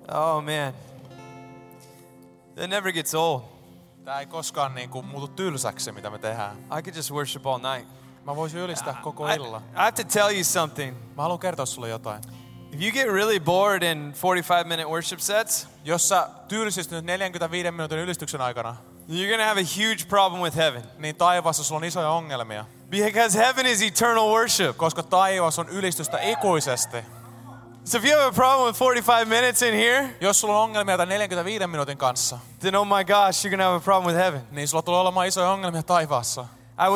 Oh man. That never gets old. Tää ei koskaan niin kuin muutu tylsäksi, mitä me tehdään. I could just worship all night. Mä voisin ylistää koko illan. I have to tell you something. Mä haluan kertoa sulle jotain. If you get really bored in 45-minute worship sets, Jos sä tylsistyt 45 minuutin ylistyksen aikana, you're going to have a huge problem with heaven. niin taivaassa sulla on isoja ongelmia. Because heaven is eternal worship. Koska taivas on ylistystä ikuisesti. So if you have a problem with 45 minutes in here, Jos sulla on ongelmia tämän 45 minuutin kanssa, then oh my gosh, you're going to have a problem with heaven. niin sulla tulee olemaan isoja ongelmia taivaassa.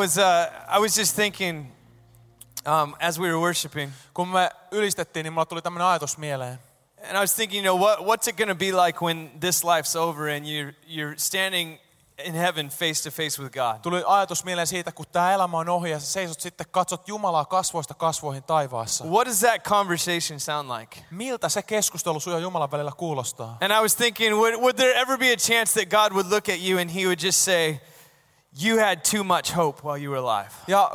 I was just thinking as we were worshiping, Kun me ylistettiin, niin mulla tuli tämmöinen ajatus mieleen. and I was thinking, you know, what's it going to be like when this life's over and you're standing in heaven face to face with God? Tuli ajatus mieleen siitä, kun tämä elämä on ohi ja sä seisot sitten, katsot Jumalaa kasvoista kasvoihin taivaassa. What does that conversation sound like? Miltä se keskustelu sun ja Jumalan välillä kuulostaa? And I was thinking, would there ever be a chance that God would look at you and he would just say, you had too much hope while you were alive? Ja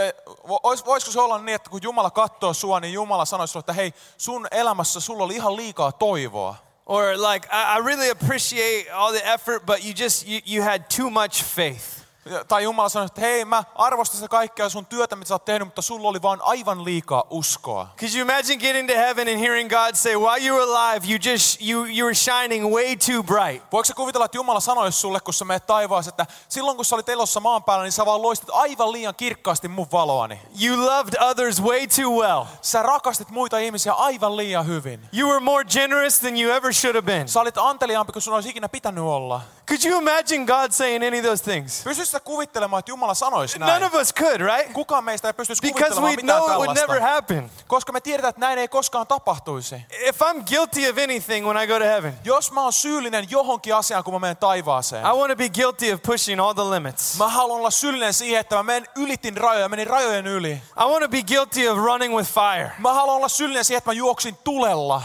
voisiko se olla niin, että kun Jumala katsoo sua, niin Jumala sanoisi sulle, että hei, sun elämässä sulla oli ihan liikaa toivoa. Or like, I really appreciate all the effort, but you had too much faith. Tai Jumala sanoi, että hei, mä arvostan sitä kaikkea sun työtä, mitä sä oot tehnyt, mutta sulla oli vaan aivan liikaa uskoa. Could you imagine getting to heaven and hearing God say, while you were alive, you were shining way too bright? Voiko sä kuvitella, että Jumala sanoisi sulle, kun sä menet taivaaseen, että silloin kun sä olit elossa maan päällä, niin sä vaan loistit aivan liian kirkkaasti mun valoani. You loved others way too well. Sä rakastit muita ihmisiä aivan liian hyvin. You were more generous than you ever should have been. Sä olit anteliaampi kuin sun olisi ikinä pitänyt olla. Could you imagine God saying any of those things? Pystyisit sä kuvittelemaan, että Jumala sanoisi näin? None of us could, right? Kukaan meistä ei pystyisi Because kuvittelemaan we mitään know it would never tällaista. happen. Koska me tiedetään, että näin ei koskaan tapahtuisi. If I'm guilty of anything when I go to heaven, Jos mä oon syyllinen johonkin asiaan, kun mä menen taivaaseen, I want to be guilty of pushing all the limits. mä haluan olla syyllinen siihen, että mä ylitin rajoja, menin rajojen yli. I want to be guilty of running with fire. Mä haluan olla syyllinen siihen, että mä juoksin tulella.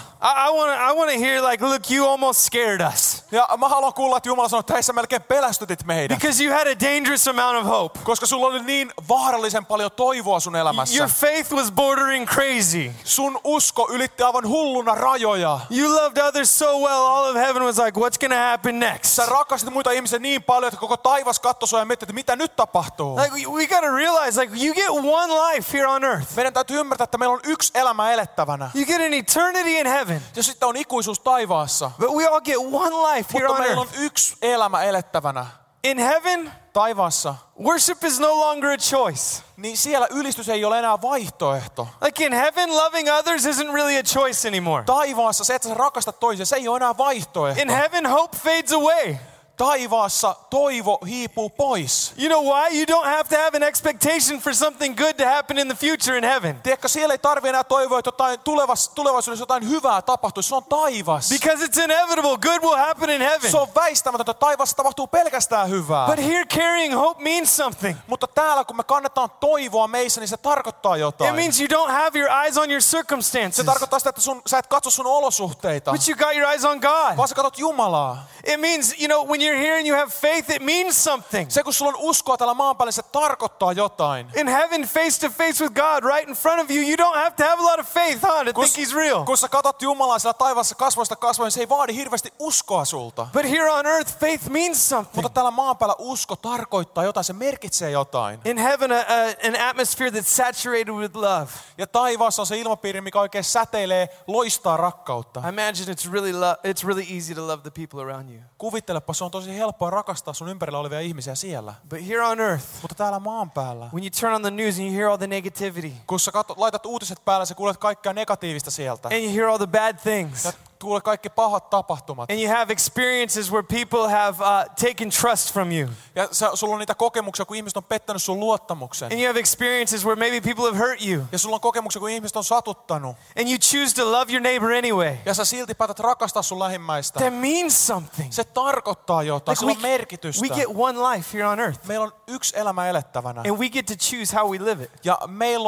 I want to hear like, look, you almost scared us. Ja mä haluan kuulla, että Jumala sanoo, että hei, sä melkein pelästytit meidät. Because you had a dangerous amount of hope. Koska sulla oli niin vaarallisen paljon toivoa sun elämässä. Your faith was bordering crazy. Sun usko ylitti aivan hulluna rajoja. You loved others so well, all of heaven was like, what's going to happen next? Sä rakastit muita ihmisiä niin paljon, että koko taivas katsoi sua ja mietti, että mitä nyt tapahtuu. Like, we got to realize, like, you get one life here on earth. Meidän täytyy ymmärtää, että meillä on yksi elämä elettävänä. You get an eternity in heaven. Ja sitten on ikuisuus taivaassa. But we all get one life here Mutta on meillä on earth. yksi elämä elettävänä. In heaven, Taivaassa. worship is no longer a choice. Niin siellä ylistys ei ole enää vaihtoehto. Like in heaven, loving others isn't really a choice anymore. Taivaassa se, että sä rakastat toisia, se ei ole enää vaihtoehto. In heaven, hope fades away. Taivaassa toivo hiipuu pois. You know why? You don't have to have an expectation for something good to happen in the future in heaven. Tiedätkö, siellä ei tarvitse enää toivoa, että tulevaisuudessa jotain hyvää tapahtuisi. Se on taivas. Because it's inevitable. Good will happen in heaven. Se on väistämätöntä. Taivaassa tapahtuu pelkästään hyvää. But here carrying hope means something. Mutta täällä, kun me kannetaan toivoa meissä, niin se tarkoittaa jotain. It means you don't have your eyes on your circumstances. Se tarkoittaa sitä, että sä et katso sun olosuhteita, But you got your eyes on God. vaan sä katsot Jumalaa. It means, you know, when you're here and you have faith, it means something. Se, kun sulla on uskoa tällä maan päällä, se tarkoittaa jotain. In heaven, face to face with God, right in front of you, you don't have to have a lot of faith, to think He's real. Kun sä katsot Jumalaa siellä taivaassa kasvoista kasvoin, se ei vaadi hirveästi uskoa sulta. But here on earth, faith means something. Mutta täällä maan päällä usko tarkoittaa jotain, se merkitsee jotain. In heaven, an atmosphere that's saturated with love. Ja taivaassa on se ilmapiiri, mikä oikein säteilee, loistaa rakkautta. I imagine it's really easy to love the people around you. Kuvittelepa, se on tosi helppoa rakastaa sun ympärillä olevia ihmisiä siellä. But here on earth, Mutta täällä maan päällä, when you turn on the news and you hear all the negativity, kun sä laitat uutiset päälle, sä kuulet kaikkea negatiivista sieltä. and you hear all the bad things, Ja kuulet kaikki pahat tapahtumat. and you have experiences where people have taken trust from you, Ja sulla on niitä kokemuksia, kun ihmiset on pettänyt sun luottamuksen. and you have experiences where maybe people have hurt you, Ja sulla on kokemuksia, kun ihmiset on satuttanut. and you choose to love your neighbor anyway. Ja sä silti päätät rakastaa sun lähimmäistä. That means something. Se tarkoittaa jotain, sillä on merkitystä. we get one life here on earth, Meillä on yksi elämä elettävänä. and we get to choose how we live it. Ja meillä on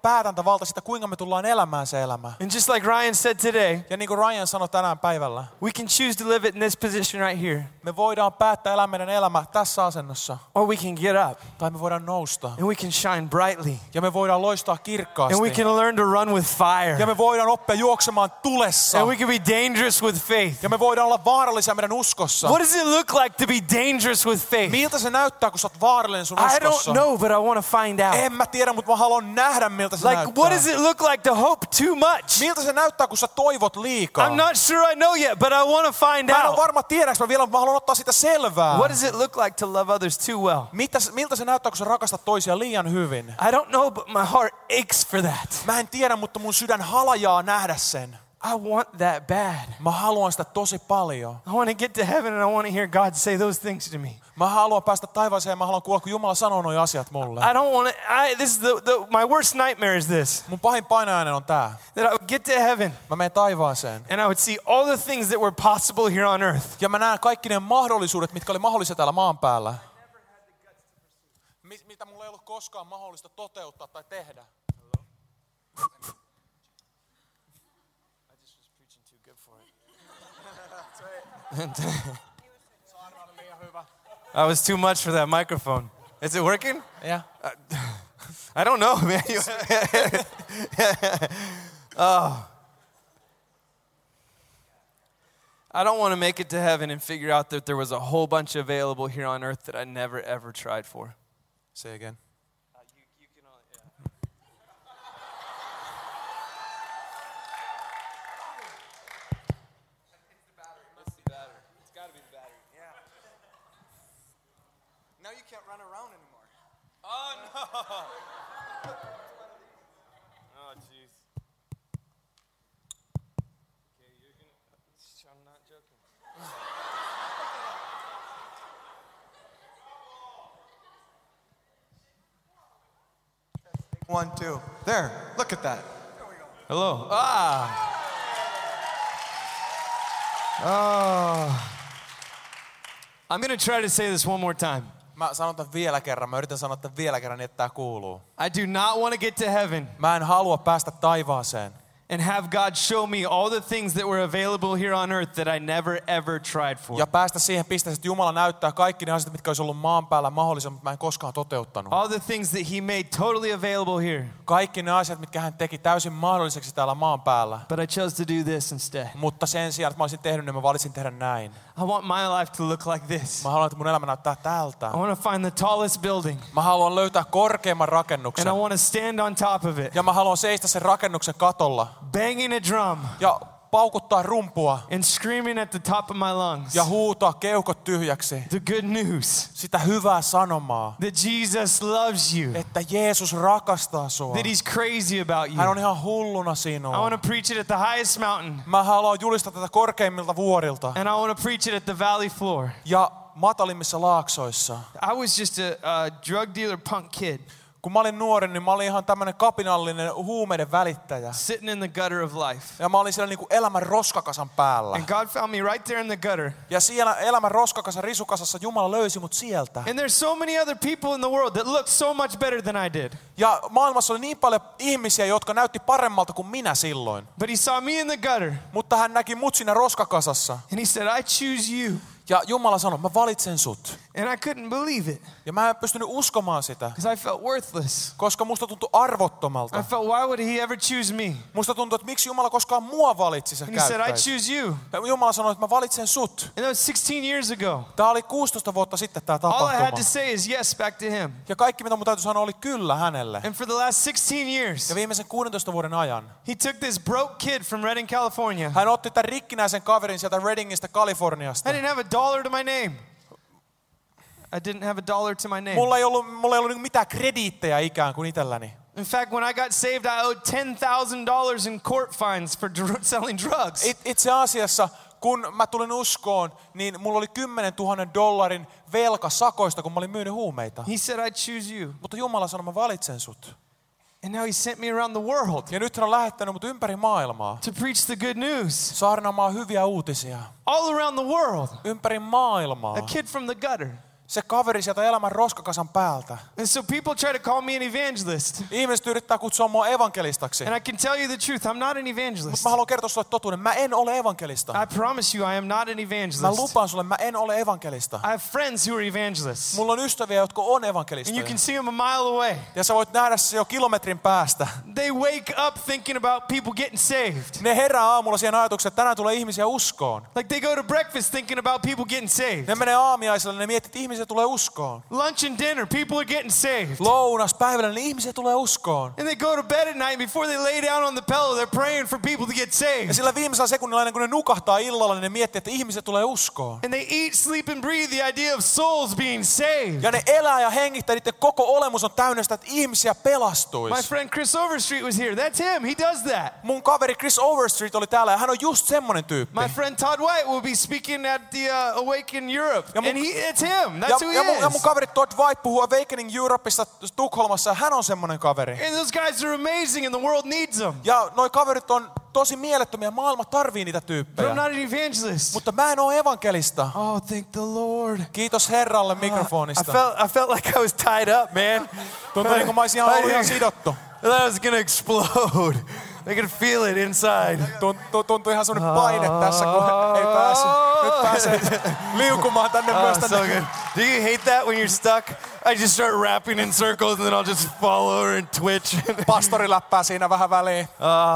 päätäntävalta siitä, kuinka me tullaan elämään se elämä. And just like Ryan said today, Ja niin kuin Ryan sanoi tänään päivällä, we can choose to live it in this position right here. me voidaan päättää elää meidän elämä tässä asennossa. Or we can get up Tai me voidaan nousta. and we can shine brightly. Ja me voidaan loistaa kirkkaasti. And we can learn to run with fire. Ja me voidaan oppia juoksemaan tulessa. And we can be dangerous with faith. Ja me voidaan olla vaarallisia meidän uskossa. What does it look like to be dangerous with faith? Miltä se näyttää, kun sä oot vaarallinen sun I uskossa? don't know, but I want to find out. En mä tiedä, mutta mä haluan nähdä, miltä se Like, näyttää. what does it look like to hope too much? Miltä se näyttää, kun sä toivot liikaa? I'm not sure I know yet, but I want to find Mä en ole out. varma tiedäks mä vielä, mutta mä haluan ottaa sitä selvää. What does it look like to love others too well? Miltä se näyttää, kun sä rakastat toisia liian hyvin? I don't know, but my heart aches for that. Mä en tiedä, mutta mun sydän halajaa nähdä sen. I want that bad. Mä haluan sitä tosi paljon. I want to get to heaven and I want to hear God say those things to me. Mä haluan päästä taivaaseen ja mä haluan kuulla, kun Jumala sanoo nuo asiat mulle. I don't want to, this is my worst nightmare is this, Mun pahin painajainen on tää. that I would get to heaven Mä menen taivaaseen. and I would see all the things that were possible here on earth. Ja mä näen kaikki ne mahdollisuudet, mitkä oli mahdollisia täällä maan päällä. Mitä mulla ei ollut koskaan mahdollista toteuttaa tai tehdä. I was too much for that microphone. Is it working? Yeah. I don't know, man. Oh. I don't want to make it to heaven and figure out that there was a whole bunch available here on earth that I never ever tried for. Say again. You can only, yeah. It's the battery. It's got to be the battery. Yeah. Now you can't run around anymore. Oh no! Oh jeez. Okay, you're gonna. I'm not joking. 1, 2. There. Look at that. Hello. Oh. I'm gonna try to say this one more time. Mä sanon tämän vielä kerran. Mä yritän sanoa tämän vielä kerran, niin että tää kuuluu. I do not want to get to heaven Mä en halua päästä taivaaseen. and have God show me all the things that were available here on earth that I never ever tried for. Ja päästä siihen pisteeseen, että Jumala näyttää kaikki ne asiat, mitkä olisi ollut maan päällä mahdollisia, mutta mä en koskaan toteuttanut. All the things that he made totally available here. Kaikki ne asiat, mitkä hän teki täysin mahdolliseksi täällä maan päällä. But I chose to do this instead. Mutta sen sijaan, että mä olisin tehnyt, niin mä valitsin tehdä näin. I want my life to look like this. Mä haluan, että mun elämä näyttää tältä. I want to find the tallest building Mä haluan löytää korkeimman and rakennuksen. I want to stand on top of it, Ja mä haluan seistä sen rakennuksen katolla. banging a drum Ja paukuttaa rumpua. and screaming at the top of my lungs. Ja huutaa keuhkot tyhjäksi. The good news Sitä hyvää sanomaa. that Jesus loves you, Että Jeesus rakastaa sua. that he's crazy about Hän you. on ihan hulluna I sinua. want to preach it at the highest mountain Mä haluan julistaa tätä korkeimmilta vuorilta. and I want to preach it at the valley floor. Ja matalimmissa laaksoissa. I was just a drug dealer punk kid Kun mä olin nuori, niin mä olin ihan tämmönen kapinallinen huumeiden välittäjä. sitting in the gutter of life. Ja mä olin siellä niinku elämän roskakasan päällä. And God found me right there in the gutter. Ja siellä elämän roskakasan risukasassa Jumala löysi mut sieltä. And there's so many other people in the world that look so much better than I did. Ja maailmassa oli niin paljon ihmisiä, jotka näytti paremmalta kuin minä silloin. But he saw me in the gutter Mutta hän näki mut siinä roskakasassa. and he said, I choose you. Ja Jumala sanoi, mä valitsen sut. And I couldn't believe it Ja mä en pystynyt uskomaan sitä. because I felt worthless. Koska musta tuntui arvottomalta. I felt, why would he ever choose me? Musta tuntui, että miksi Jumala koskaan mua valitsi se And he said, I käyttäisi. choose you. Ja Jumala sanoi, että mä valitsen sut. And that was 16 years ago. Tää oli 16 vuotta sitten tää All I had tapahtuma. to say is yes back to him. Ja kaikki mitä mun täytyy sanoa oli kyllä hänelle. And for the last 16 years, Ja viimeisen 16 vuoden ajan. he took this broke kid from Redding, California. Hän otti tämän rikkinäisen kaverin sieltä Reddingistä, Kaliforniasta. I didn't have a dollar to my name. I didn't have a dollar to my name. Mulla ei ollut niinku mitään krediittejä ikään kuin itselläni. In fact, when I got saved, I owed $10,000 in court fines for selling drugs. Itse asiassa, kun mä tulin uskoon, niin mulla oli $10,000 velka sakoista, kun mä olin myynyt huumeita. He said, I choose you. Mutta Jumala sanoi, mä valitsen sut. And now he sent me around the world Ja nyt hän on lähettänyt mut ympäri maailmaa. to preach the good news. Saarnaamaan hyviä uutisia. All around the world. Ympäri maailmaa. A kid from the gutter. Se kaveri sieltä elämän roskakasan päältä. And so people try to call me an evangelist. Ihmiset yrittää kutsua mua evankelistaksi. And I can tell you the truth, I'm not an evangelist. Mutta mä haluan kertoa sulle totuuden. Mä en ole evankelista. I promise you I am not an evangelist. Mä lupaan sulle, mä en ole evankelista. I have friends who are evangelists. Mulla on ystäviä, jotka on And you evankelistoja. can see them a mile away. Ja sä voit nähdä se jo kilometrin päästä. They wake up thinking about people getting saved. Ne herää aamulla siihen ajatukseen, että tänään tulee ihmisiä uskoon. Like they go to breakfast thinking about people getting saved. Ne menee aamiaiselle, ne miettii, että ihmisiä tulee uskoon. Lunch and dinner, people are getting saved. Lounas päivällä, niin ihmisiä tulee uskoon. And they go to bed at night before they lay down on the pillow, they're praying for people to get Ja saved. sillä viimeisellä sekunnilla, ennen kuin ne nukahtaa illalla, niin ne miettii, että ihmisiä tulee uskoon. And they eat, sleep and breathe the idea of souls being saved. Ja ne elää ja hengittää, niiden koko olemus on täynnä sitä, että ihmisiä My pelastuisi. friend Chris Overstreet was here. That's him. He does that. Mun kaveri Chris Overstreet oli täällä ja hän on just semmonen tyyppi. My friend Todd White will be speaking at the Awaken Europe. Ja mun- And it's him. That's who he Ja mun is. kaveri Todd White puhuu Awakening Europeista Tukholmassa ja hän on semmonen kaveri. And those guys are amazing and the world needs them. Ja noi kaverit on tosi mielettömiä, maailma tarvii niitä But I'm tyyppejä. not an evangelist. Mutta mä en oo evankelista. Oh, thank the Lord. Kiitos Herralle mikrofonista. I felt like I was tied up, man. Tuntui niin kuin mä olisin ihan ollut ihan sidottu. That I was gonna explode. I could feel it inside. Tuntui ihan semmonen paine tässä, kun ei pääse. Nyt pääsee liukumaan tänne myös So tänne. good. Do you hate that when you're stuck? I just start rapping in circles and then I'll just fall over and twitch. Pastori läppää siinä vähän väliin.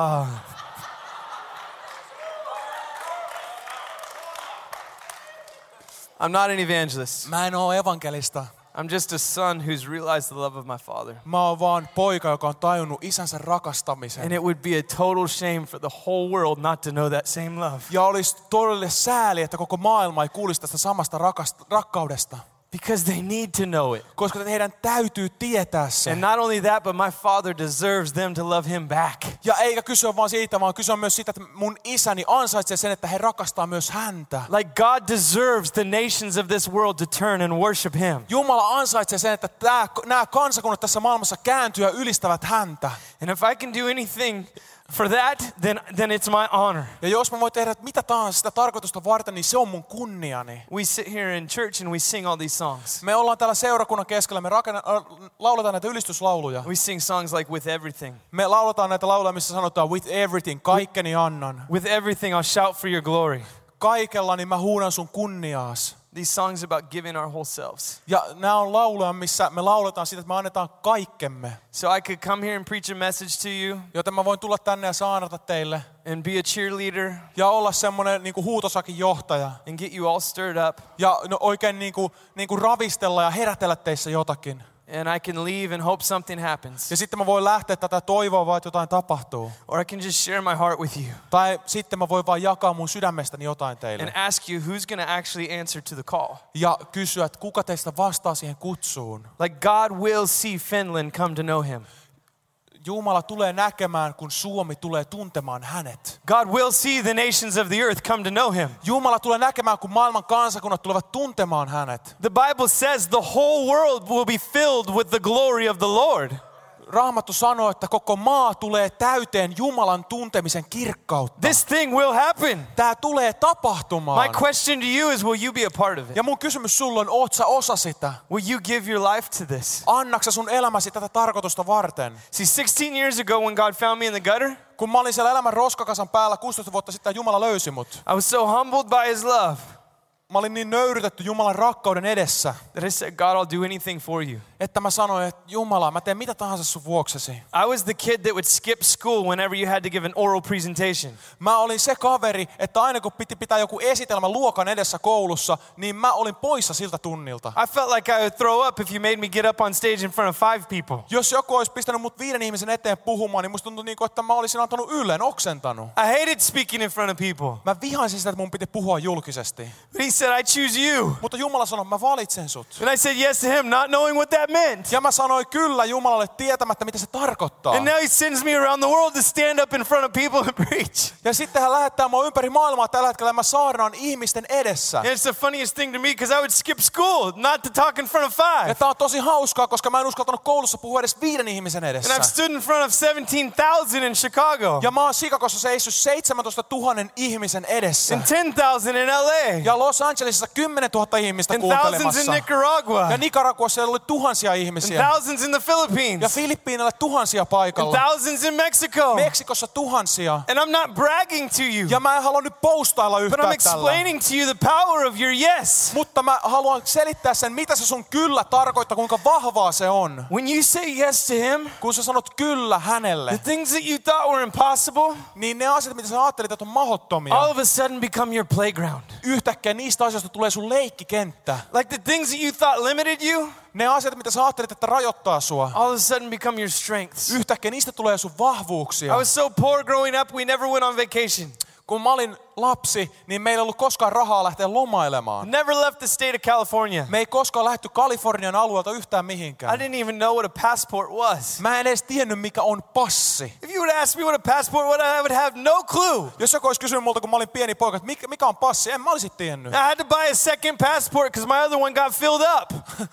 I'm not an evangelist. Mä en oo evankelista. I'm just a son who's realized the love of my father. Mä oon vaan poika, joka on tajunnut isänsä rakastamisen. And it would be a total shame for the whole world not to know that same love. Ja olisi todellinen sääli, että koko maailma ei kuulisi tästä samasta rakkaudesta. Because they need to know it. Koska heidän täytyy tietää se. And not only that, but my father deserves them to love him back. Ja eikä kysyä vaan siitä, vaan kysyä myös siitä, että mun isäni ansaitsee sen, että he rakastaa myös häntä. Like God deserves the nations of this world to turn and worship him. Jumala ansaitsee sen, että nämä kansakunnat tässä maailmassa kääntyy ja ylistävät häntä. And if I can do anything for that, then it's my honor. Ja jos mä voin tehdä mitä tahansa sitä tarkoitusta varten, niin se on mun kunniani. We sit here in church and we sing all these songs. Me ollaan täällä seurakunnan keskellä, me lauletaan näitä ylistyslauluja. We sing songs like With Everything. Me lauletaan näitä lauluja, missä sanotaan with everything, kaikkeni annan. With everything I'll shout for your glory. Kaikella niin mä huudan sun kunniaas. These songs about giving our whole selves. Ja nämä on lauluja, missä me lauletaan siitä, että me annetaan kaikkemme. So I could come here and preach a message to you Joten mä voin tulla tänne ja saarnata teille. and be a cheerleader Ja olla semmoinen niin kuin huutosakin johtaja. and get you all stirred up. Ja oikein niin kuin ravistella ja herätellä teissä jotakin. And I can leave and hope something happens. Ja sitten mä voin lähteä tätä toivoa vaan, että jotain tapahtuu. Or I can just share my heart with you Tai sitten mä voin vaan jakaa mun sydämestäni jotain teille. and ask you who's going to actually answer to the call. Ja kysyä, että kuka teistä vastaa siihen kutsuun. Like God will see Finland come to know him. Jumala tulee näkemään, kun Suomi tulee tuntemaan hänet. God will see the nations of the earth come to know him. Jumala tulee näkemään, kun maailman kansakunnat tulevat tuntemaan hänet. The Bible says the whole world will be filled with the glory of the Lord. Raamattu sanoo, että koko maa tulee täyteen Jumalan tuntemisen kirkkautta. This thing will happen. Tämä tulee tapahtumaan. My question to you is, will you be a part of it? Ja mun kysymys sulle on, oot sä osa sitä? Will you give your life to this? Annaksa sun elämäsi tätä tarkoitusta varten? See, 16 years ago when God found me in the gutter, Kun mä olin siellä elämän roskakasan päällä 16 vuotta sitten, Jumala löysi mut. I was so humbled by his love Mä olin niin nöyrytetty Jumalan rakkauden edessä, that I said, God, I'll do anything for you. että mä sanoin, että Jumala, mä teen mitä tahansa sun vuoksesi. I was the kid that would skip school whenever you had to give an oral presentation. Mä olin se kaveri, että aina kun piti pitää joku esitelmä luokan edessä koulussa, niin mä olin poissa siltä tunnilta. I felt like I would throw up if you made me get up on stage in front of 5 people. Jos joku olisi pistänyt mut 5 ihmisen eteen puhumaan, niin musta tuntui niin kuin, että mä olisin antanut ylen, oksentanut. I hated speaking in front of people. Mä vihaisin sitä, että mun piti puhua julkisesti. But he said, I choose you. Mutta Jumala sanoi, mä valitsen sut. And I said yes to him, not knowing what that meant. Ja mä sanoin kyllä Jumalalle tietämättä, mitä se tarkoittaa. And now he sends me around the world to stand up in front of people and preach. Ja sitten hän lähettää mua ympäri maailmaa tällä hetkellä, mä saarnaan ihmisten edessä. And it's the funniest thing to me because I would skip school not to talk in front of 5. Ja tää on tosi hauskaa, koska mä en uskaltanut koulussa puhua edes 5 ihmisen edessä. And I've stood in front of 17,000 in Chicago. Ja mä oon Chicagossa seissyt 17 000 ihmisen edessä. And 10,000 in LA. Ja Los Angelesissa 10 000 ihmistä and thousands in kuuntelemassa. Nicaragua, Ja Nicaraguassa siellä oli tuhansia and ihmisiä. thousands in the Ja Philippines, Filippiineillä tuhansia and paikalla. thousands in Mexico. Meksikossa tuhansia. And I'm not bragging to you, Ja mä en halua nyt postailla but I'm yhtään tällä. explaining to you the power of your yes. Mutta mä haluan selittää sen, mitä se sun kyllä tarkoittaa, kuinka vahvaa se on. When you say yes to Him, Kun sä sanot kyllä hänelle, the things that you thought were impossible, niin ne asiat, mitä sä ajattelit, että on mahdottomia, all of a sudden become your playground. yhtäkkiä niistä asioista tulee sun leikkikenttä. Like the things that you thought limited you, Ne asiat, mitä sä ajattelit, että rajoittaa sua, all of a sudden become your strengths. yhtäkkiä niistä tulee sun vahvuuksia. I was so poor growing up, we never went on vacation. Kun mä olin lapsi, niin meillä ei ollut koskaan rahaa lähteä lomailemaan. Never left the state of California. Me ei koskaan lähdetty Kalifornian alueelta yhtään I mihinkään. didn't even know what a passport was. Mä en edes tiennyt, mikä on passi. If you would ask me what a passport was, I would have no clue. Jos joku olisi kysynyt multa, kun mä olin pieni poika, että mikä on passi, en mä olisi tiennyt. I had to buy a second passport because my other one got filled up.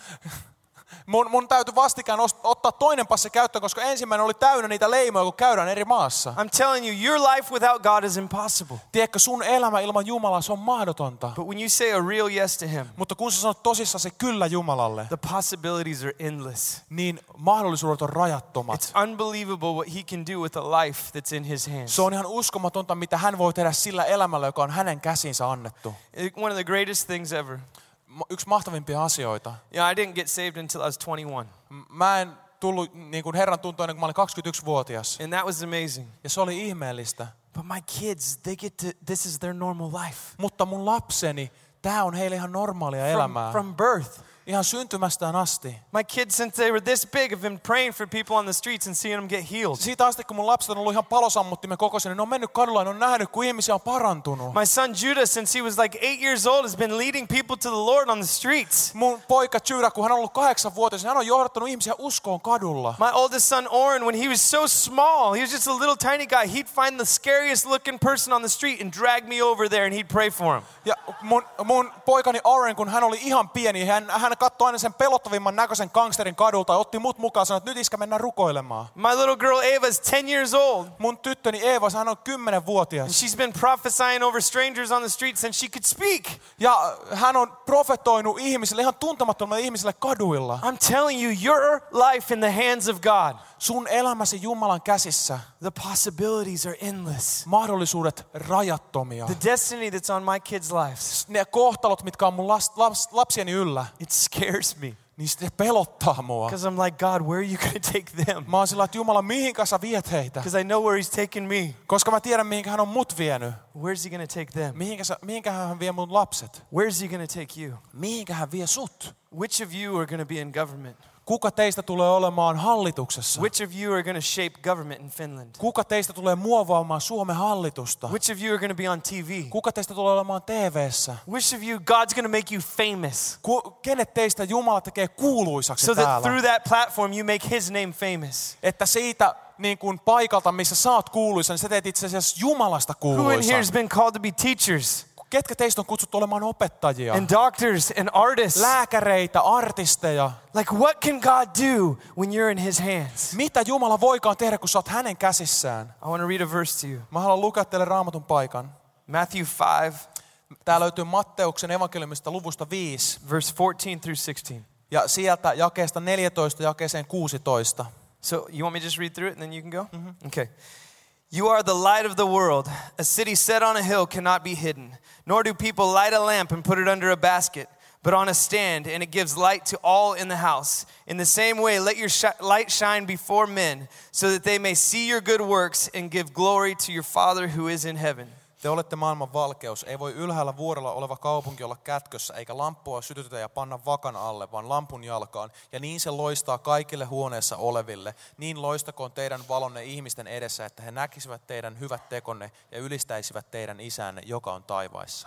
Mun täytyi vastikään ottaa toinen passi käyttöön, koska ensimmäinen oli täynnä niitä leimoja, kun käydään eri maassa. I'm telling you, your life without God is impossible. Tiedätkö, sun elämä ilman Jumalaa, se on mahdotonta. But when you say a real yes to Him, Mutta kun sä sanot tosissaan se kyllä Jumalalle, the possibilities are endless. niin mahdollisuudet on rajattomat. It's unbelievable what He can do with a life that's in His hands. Se on ihan uskomatonta, mitä hän voi tehdä sillä elämällä, joka on hänen käsinsä annettu. One of the greatest things ever. Yksi mahtavimpia asioita. Yeah, I didn't get saved until I was 21. Mä en tullut niin kuin Herran tuntoon ennen kuin mä olin 21-vuotias. And that was amazing. Ja se oli ihmeellistä. But my kids, this is their normal life. Mutta mun lapseni, tää on heille ihan normaalia elämää. From birth. Ihan syntymästään asti. My kids, since they were this big, have been praying for people on the streets and seeing them get healed. Siitä asti, kun mun lapset on ollut ihan palosammuttimen kokoisia, niin ne on mennyt kadulla ja ne on nähnyt, kun ihmisiä on parantunut. My son Judah, since he was like 8 years old, has been leading people to the Lord on the streets. Mun poika Judah, kun hän on ollut 8-vuotias, niin hän on johdattanut ihmisiä uskoon kadulla. My oldest son Oren, when he was so small, he was just a little tiny guy, he'd find the scariest looking person on the street and drag me over there and he'd pray for him. Ja mun poikani Oren, kun hän oli ihan pieni, hän katsoi aina sen pelottavimman näköisen gangsterin kadulta ja otti mut mukaan ja sanoi, että nyt iskä mennään rukoilemaan. My little girl Ava is 10 years old. Mun tyttöni Eeva, hän on 10-vuotias. And she's been prophesying over strangers on the streets since she could speak. Ja hän on profetoinut ihmisille, ihan tuntemattomille ihmisille kaduilla. I'm telling you, your life in the hands of God. Sun elämäsi Jumalan käsissä. The possibilities are endless. Mahdollisuudet rajattomia. The destiny that's on my kids' lives. Ne kohtalot, mitkä on mun lapsieni yllä, It scares me. niin se pelottaa mua. Because I'm like, God, where are you going to take them? Mä oon sillä, että Jumala, mihinkä sä viet heitä? Because I know where He's taken me. Koska mä tiedän, mihinkä hän on mut vienyt. Where's He going to take them? Mihinkä hän vie mun lapset? Where's He going to take you? Mihinkä hän vie sut? Which of you are going to be in government? Kuka teistä tulee olemaan hallituksessa? Which of you are going to shape government in Finland? Kuka teistä tulee muovaamaan Suomen hallitusta? Which of you are going to be on TV? Kuka teistä tulee olemaan TV:ssä? Which of you God's going to make you famous? Kenet teistä Jumala tekee kuuluisaksi So that täällä? through that platform you make His name famous. Että siitä niin kuin paikalta, missä sä oot kuuluisa, niin sä teet itse asiassa Jumalasta Who in here kuuluisan. has been called to be teachers Ketkä teistä on kutsuttu olemaan opettajia? and doctors and artists? Lääkäreitä, artisteja. Like what can God do when you're in His hands? Mitä Jumala voikaan tehdä, kun sä oot hänen käsissään? I want to read a verse to you. Mä haluan lukea teille Raamatun paikan. Matthew 5, Tää löytyy Matteuksen evankeliumista luvusta 5. verse 14 through 16. Ja sieltä jakeesta 14 jakeeseen 16. So you want me to just read through it and then you can go? Okay. You are the light of the world. A city set on a hill cannot be hidden. Nor do people light a lamp and put it under a basket, but on a stand, and it gives light to all in the house. In the same way, let your light shine before men, so that they may see your good works and give glory to your Father who is in heaven. Te olette maailman valkeus. Ei voi ylhäällä vuorella oleva kaupunki olla kätkössä, eikä lamppua sytytetä ja panna vakan alle, vaan lampun jalkaan. Ja niin se loistaa kaikille huoneessa oleville. Niin loistakoon teidän valonne ihmisten edessä, että he näkisivät teidän hyvät tekonne ja ylistäisivät teidän isänne, joka on taivaissa.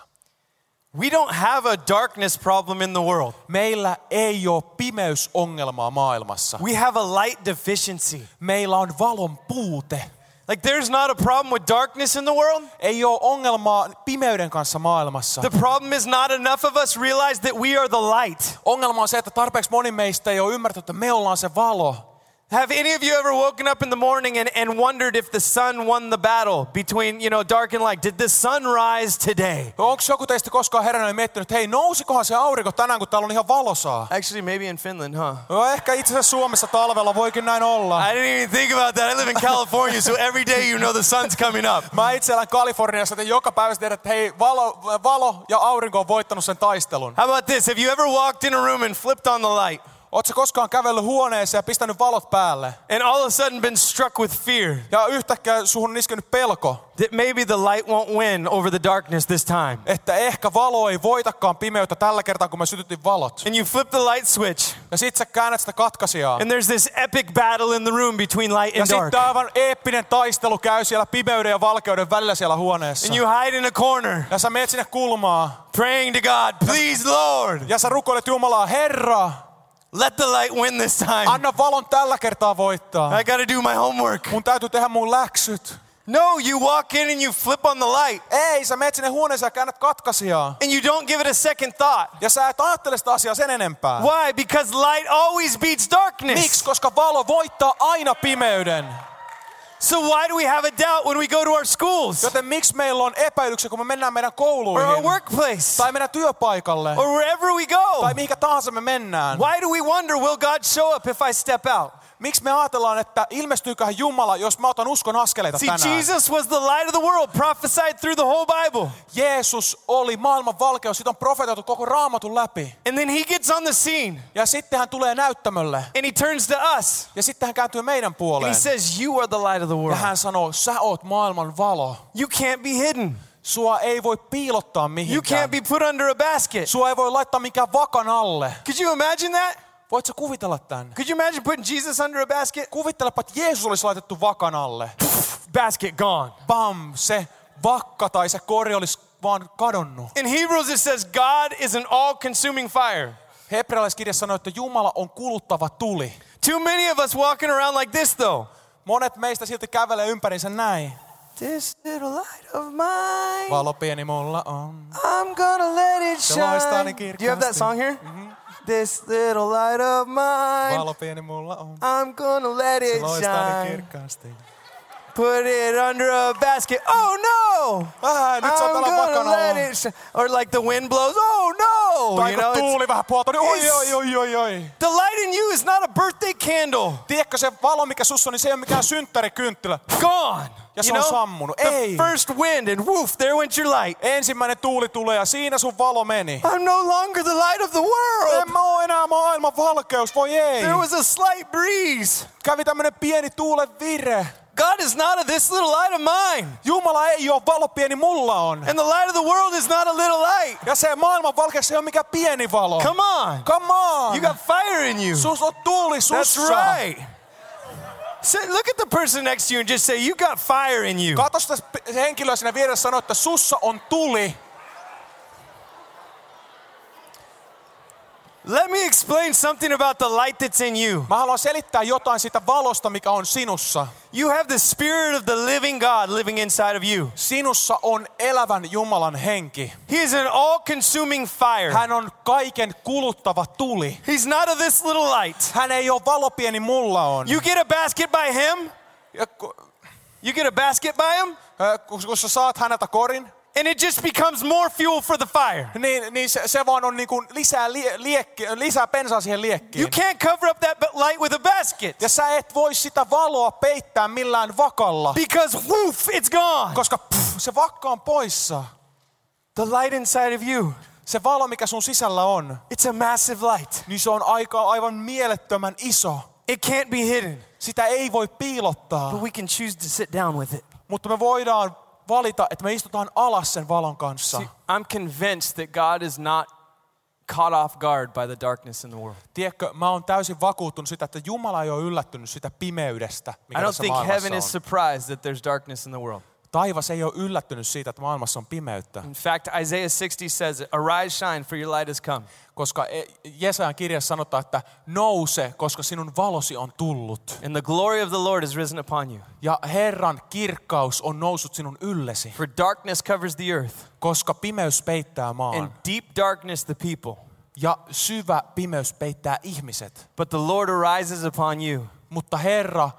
We don't have a darkness problem in the world. Meillä ei ole pimeysongelmaa maailmassa. We have a light deficiency. Meillä on valon puute. Like there's not a problem with darkness in the world. Ei ole ongelmaa pimeyden kanssa maailmassa. The problem is not enough of us realize that we are the light. Ongelma on se, että tarpeeksi moni meistä ei ole ymmärtänyt, että me ollaan se valo. Have any of you ever woken up in the morning and wondered if the sun won the battle between, dark and light? Did the sun rise today? Onko joku teistä koskaan herännyt ja miettinyt, että hei, nousikohan se aurinko tänään, kun täällä on ihan valosaa? Actually, maybe in Finland, huh? No, ehkä itse asiassa Suomessa talvella voikin näin olla. I didn't even think about that. I live in California, so every day you know the sun's coming up. Mä itse elän Kaliforniassa, että joka päivä tiedät, että hei, valo ja aurinko on voittanut sen taistelun. How about this? Have you ever walked in a room and flipped on the light? Ootko koskaan kävellyt huoneeseen ja pistänyt valot päälle? And all of a sudden been struck with fear Ja yhtäkkiä suhun on iskenyt pelko, that maybe the light won't win over the darkness this time. että ehkä valo ei voitakaan pimeyttä tällä kertaa, kun mä sytytin valot. And you flip the light switch. Ja sit sä käännät sitä katkaisijaa. And there's this epic battle in the room between light Ja and dark. sitten aivan eeppinen taistelu käy siellä pimeyden ja valkeuden välillä siellä huoneessa. And you hide in a corner, Ja sä meet sinne kulmaan. praying to God, please Lord, Ja sä rukoilet Jumalaa, Herra, let the light win this time. anna valon tällä kertaa voittaa. I gotta do my homework. Mun täytyy tehdä mun läksyt. No, you walk in and you flip on the light. Ei, sä meet sinne huoneeseen ja käännät katkaisijaa. And you don't give it a second thought. Ja sä et ajattele sitä asiaa sen enempää. Why? Because light always beats darkness. Miksi? Koska valo voittaa aina pimeyden. So why do we have a doubt when we go to our schools Joten miksi meillä on epäilyksiä, kun me mennään meidän or kouluihin? our workplace Tai meidän työpaikalle? or wherever we go? Tai mihinkä tahansa me mennään? Why do we wonder, will God show up if I step out? Miksi me ajatellaan, että ilmestyyköhän Jumala, jos mä otan uskon askeleita See, tänään? Jesus was the light of the world, prophesied through the whole Bible. Jeesus oli maailman valkeus, siitä on profetoitu koko Raamatun läpi. And then he gets on the scene Ja sitten hän tulee näyttämölle. and he turns to us Ja sitten hän kääntyy meidän and puoleen. he says, you are the light of the Ja world. hän sanoo, sä oot maailman valo. You can't be hidden. Sua ei voi piilottaa You mihinkään. can't be put under a basket. Sua ei voi laittaa mikään vakan alle. Could you imagine that? Voit sä kuvitella tän? Could you imagine putting Jesus under a basket? Kuvittelepa, että Jeesus olisi laitettu vakan alle. Basket gone. Bam, se vakka tai se kori olisi vaan kadonnut. In Hebrews it says God is an all-consuming fire. Hebrealaiskirja sanoo, että Jumala on kuluttava tuli. Too many of us walking around like this though. Monet meistä silti kävelee ympärinsä näin. This little light of mine, Valo pieni mulla on. I'm gonna let it Se loistaa niin shine. Do you have that kirkkaasti. song here? This little light of mine, Valo pieni mulla on. I'm gonna let Se it loistaa niin shine. kirkkaasti. Put it under a basket. Oh no! Nyt sä oot I'm täällä gonna vakana let alla. it shine. Or like the wind blows. Oh no! Tai kun it's- tuuli vähän puolta, niin oi, It's- oi, oi, oi, oi. the light in you is not a birthday candle. Tiedätkö se valo, mikä sussa on, niin se ei ole mikään synttärikynttilä. Gone. Ja se on sammunut. Ei. The first wind and woof, there went your light. Ensimmäinen tuuli tulee ja siinä sun valo meni. I'm no longer the light of the world. En mä oo enää maailman valkeus, voi ei. There was a slight breeze. Kävi tämmönen pieni tuulen vire. God is not this little light of mine. Jumala ei oo valo, pieni mulla on. And the light of the world is not a little light. Ja se maailman valkeus ei ole mikään pieni valo. Come on. Come on. You got fire in you. Sus on tuuli That's sussa. right. Look at the person next to you and just say, you got fire in you. Kato sitä henkilöä siinä vieressä sanoo, että sussa on tuli. Let me explain something about the light that's in you. Mä haluan selittää jotain siitä valosta, mikä on sinussa. You have the spirit of the living God living inside of you. Sinussa on elävän Jumalan henki. He is an all-consuming fire. Hän on kaiken kuluttava tuli. He's not this little light. Hän ei ole valo, pieni mulla on. You get a basket by him. You get a basket by him. Kun sä saat häneltä korin, And it just becomes more fuel for the fire. niin se vaan on niin kuin lisää bensaa siihen liekkiin. You can't cover up that light with a basket. Ja sä et voi sitä valoa peittää millään vakalla, Because woof, it's gone. koska se vakka on poissa. The light inside of you, Se valo, mikä sun sisällä on, it's a massive light. niin se on aivan mielettömän iso. It can't be hidden. Sitä ei voi piilottaa, But we can choose to sit down with it. mutta me voidaan valita, että me istutaan alas sen valon kanssa. See, I'm convinced that God is not caught off guard by the darkness in the world. Tiedätkö, mä oon täysin vakuuttunut sitä, että Jumala ei ole yllättynyt sitä pimeydestä, mikä I don't tässä think maailmassa heaven is on. surprised that there's darkness in the world. Taivas ei ole yllättynyt siitä, että maailmassa on pimeyttä, In fact, Isaiah 60 says, arise, shine, for your light has come. koska Jesajan kirjassa sanotaan, että nouse, koska sinun valosi on tullut. And the glory of the Lord has risen upon you. Ja Herran kirkkaus on noussut sinun yllesi, For darkness covers the earth, koska pimeys peittää and maan. deep darkness the people. Ja syvä pimeys peittää ihmiset. But the Lord arises upon you, mutta Herra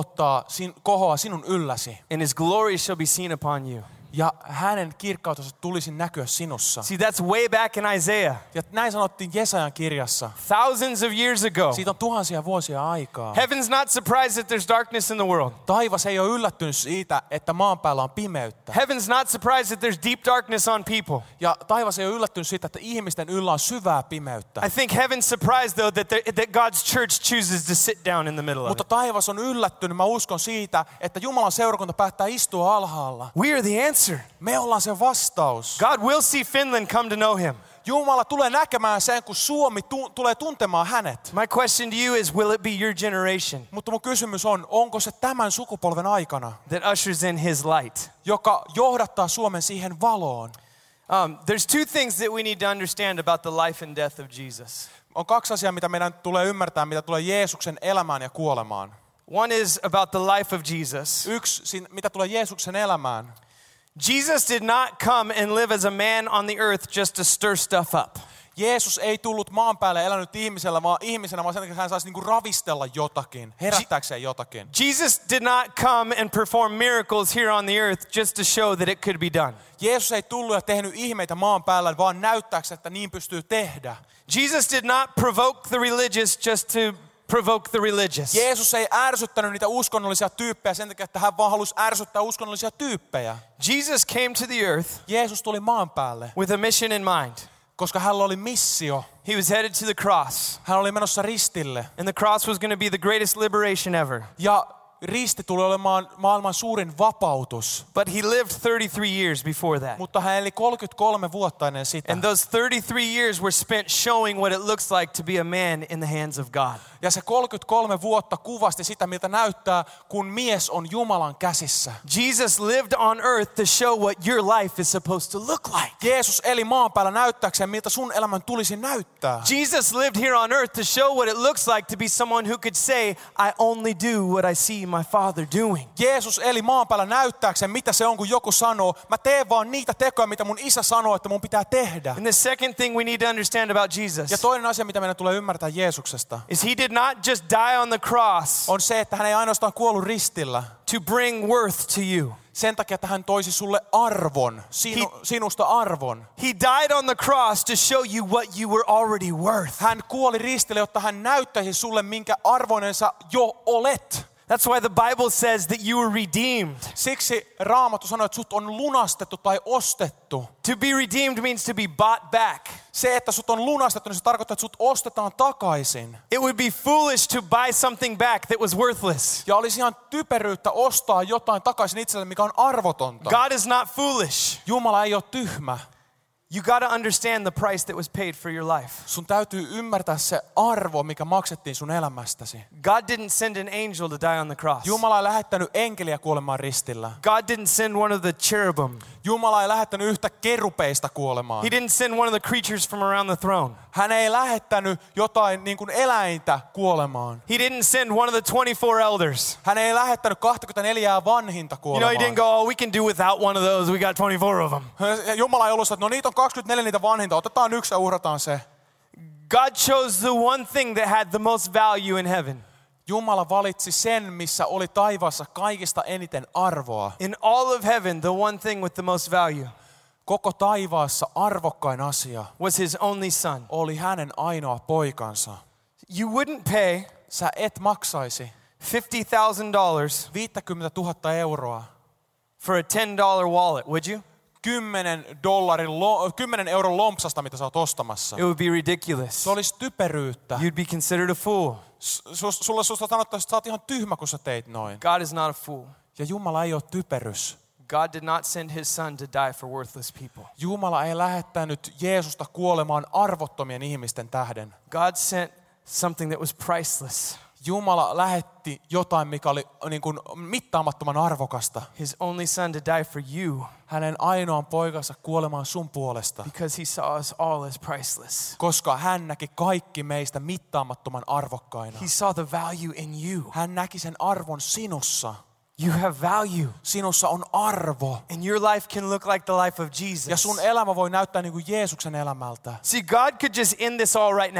kohoaa sinun ylläsi. and his glory shall be seen upon you. Ja hänen kirkkautensa tulisi näkyä sinussa. See, that's way back in Isaiah. Ja näin sanottiin Jesajan kirjassa. Thousands of years ago. Siitä on tuhansia vuosia aikaa. Heaven's not surprised that there's darkness in the world. Taivas ei ole yllättynyt siitä, että maan päällä on pimeyttä. Heaven's not surprised that there's deep darkness on people. Ja taivas ei ole yllättynyt siitä, että ihmisten yllä on syvää pimeyttä. I think heaven's surprised though that God's church chooses to sit down in the middle of Mutta it. taivas on yllättynyt, mä uskon siitä, että Jumalan seurakunta päättää istua alhaalla. We are the answer. Me ollaan se vastaus. God will see Finland come to know him. Jumala tulee näkemään sen, kun Suomi tulee tuntemaan hänet. My question to you is, will it be your generation Mutta mun kysymys on, onko se tämän sukupolven aikana, that ushers in his light? joka johdattaa Suomen siihen valoon? There's two things that we need to understand about the life and death of Jesus. On kaksi asiaa, mitä meidän tulee ymmärtää, mitä tulee Jeesuksen elämään ja kuolemaan. One is about the life of Jesus. Yksi, mitä tulee Jeesuksen elämään. Jesus did not come and live as a man on the earth just to stir stuff up. Jeesus ei tullut maan päälle elänyt ihmisenä, vaan sen takia hän saisi niinku ravistella jotakin, herättääkseen jotakin. Jesus did not come and perform miracles here on the earth just to show that it could be done. Jeesus ei tullut ja tehnyt ihmeitä maan päällä, vaan näyttääkseen, että niin pystyy tehdä. Jesus did not provoke the religious just to provoke the religious. Jeesus ei ärsyttänyt niitä uskonnollisia tyyppejä sen takia, että hän vaan halusi ärsyttää uskonnollisia tyyppejä. Jesus came to the earth Jeesus tuli maan päälle, with a mission in mind. koska hänellä oli missio. He was headed to the cross, Hän oli menossa ristille. and the cross was going to be the greatest liberation ever. Ja risti tuli olemaan maailman suurin vapautus. But he lived 33 years before that. Mutta hän eli 33 vuotta ennen sitä. And those 33 years were spent showing what it looks like to be a man in the hands of God. Ja se 33 vuotta kuvasti sitä, miltä näyttää, kun mies on Jumalan käsissä. Jesus lived on earth to show what your life is supposed to look like. Jeesus eli maan päällä näyttääkseen, miltä sun elämän tulisi näyttää. Jesus lived here on earth to show what it looks like to be someone who could say, I only do what I see my Father doing. Jeesus eli maan päällä näyttääkseen, mitä se on, kun joku sanoo, mä teen vaan niitä tekoja, mitä mun isä sanoo, että mun pitää tehdä. And the second thing we need to understand about Jesus Ja toinen asia, mitä meidän tulee ymmärtää Jeesuksesta, is he did not just die on the cross on se, että hän ei ainoastaan kuollut ristillä to bring worth to you. sen takia, että hän toisi sulle arvon, sinusta arvon. He died on the cross to show you what you were already worth. Hän kuoli ristille, jotta hän näyttäisi sulle, minkä arvoinen sä jo olet. That's why the Bible says that you were redeemed. Siksi Raamattu sanoo, että sut on lunastettu tai ostettu. To be redeemed means to be bought back. Se, että sut on lunastettu, niin se tarkoittaa, että sut ostetaan takaisin. It would be foolish to buy something back that was worthless. Ja olisi ihan typeryyttä ostaa jotain takaisin itselle, mikä on arvotonta. God is not foolish. Jumala ei ole tyhmä. You got to understand the price that was paid for your life. Sun täytyy ymmärtää se arvo, mikä maksettiin sun elämästäsi. God didn't send an angel to die on the cross. Jumala ei lähettänyt enkeliä kuolemaan ristillä. God didn't send one of the cherubim. Jumala ei lähettänyt yhtä kerupeista kuolemaan. He didn't send one of the creatures from around the throne. Hän ei lähettänyt jotain niin kuin eläintä kuolemaan. He didn't send one of the 24 elders. Hän ei lähettänyt 24 vanhinta You kuolemaan. know, he didn't go, oh, we can do without one of those. We got 24 of them. Jumala ei ollut, että no niitä on 24 niitä vanhinta, otetaan yksi ja uhrataan se. God chose the one thing that had the most value in heaven. Jumala valitsi sen, missä oli taivaassa kaikista eniten arvoa. In all of heaven, the one thing with the most value Koko taivaassa arvokkain asia was his only son. oli hänen ainoa poikansa. You wouldn't pay Sä et maksaisi $50,000 50 000 euroa for a $10 wallet, would you? 10 euron lompsasta, mitä sä oot ostamassa. It would be ridiculous. Se olisi typeryyttä. You'd be considered a fool. Sulle sanottaisiin, että sä oot ihan tyhmä, kun sä teit noin. God is not a fool. Ja Jumala ei ole typerys. God did not send his son to die for worthless people. Jumala ei lähettänyt Jeesusta kuolemaan arvottomien ihmisten tähden. God sent something that was priceless. Jumala lähetti jotain, mikä oli niin kuin mittaamattoman arvokasta. His only son to die for you Hänen ainoan poikansa kuolemaan sun puolesta. because he saw us all as priceless. Koska hän näki kaikki meistä mittaamattoman arvokkaina. He saw the value in you. Hän näki sen arvon sinussa. You have value. Sinussa on arvo. And your life can look like the life of Jesus. Ja sun elämä voi näyttää niin kuin Jeesuksen elämältä. See, God could just end this all right now.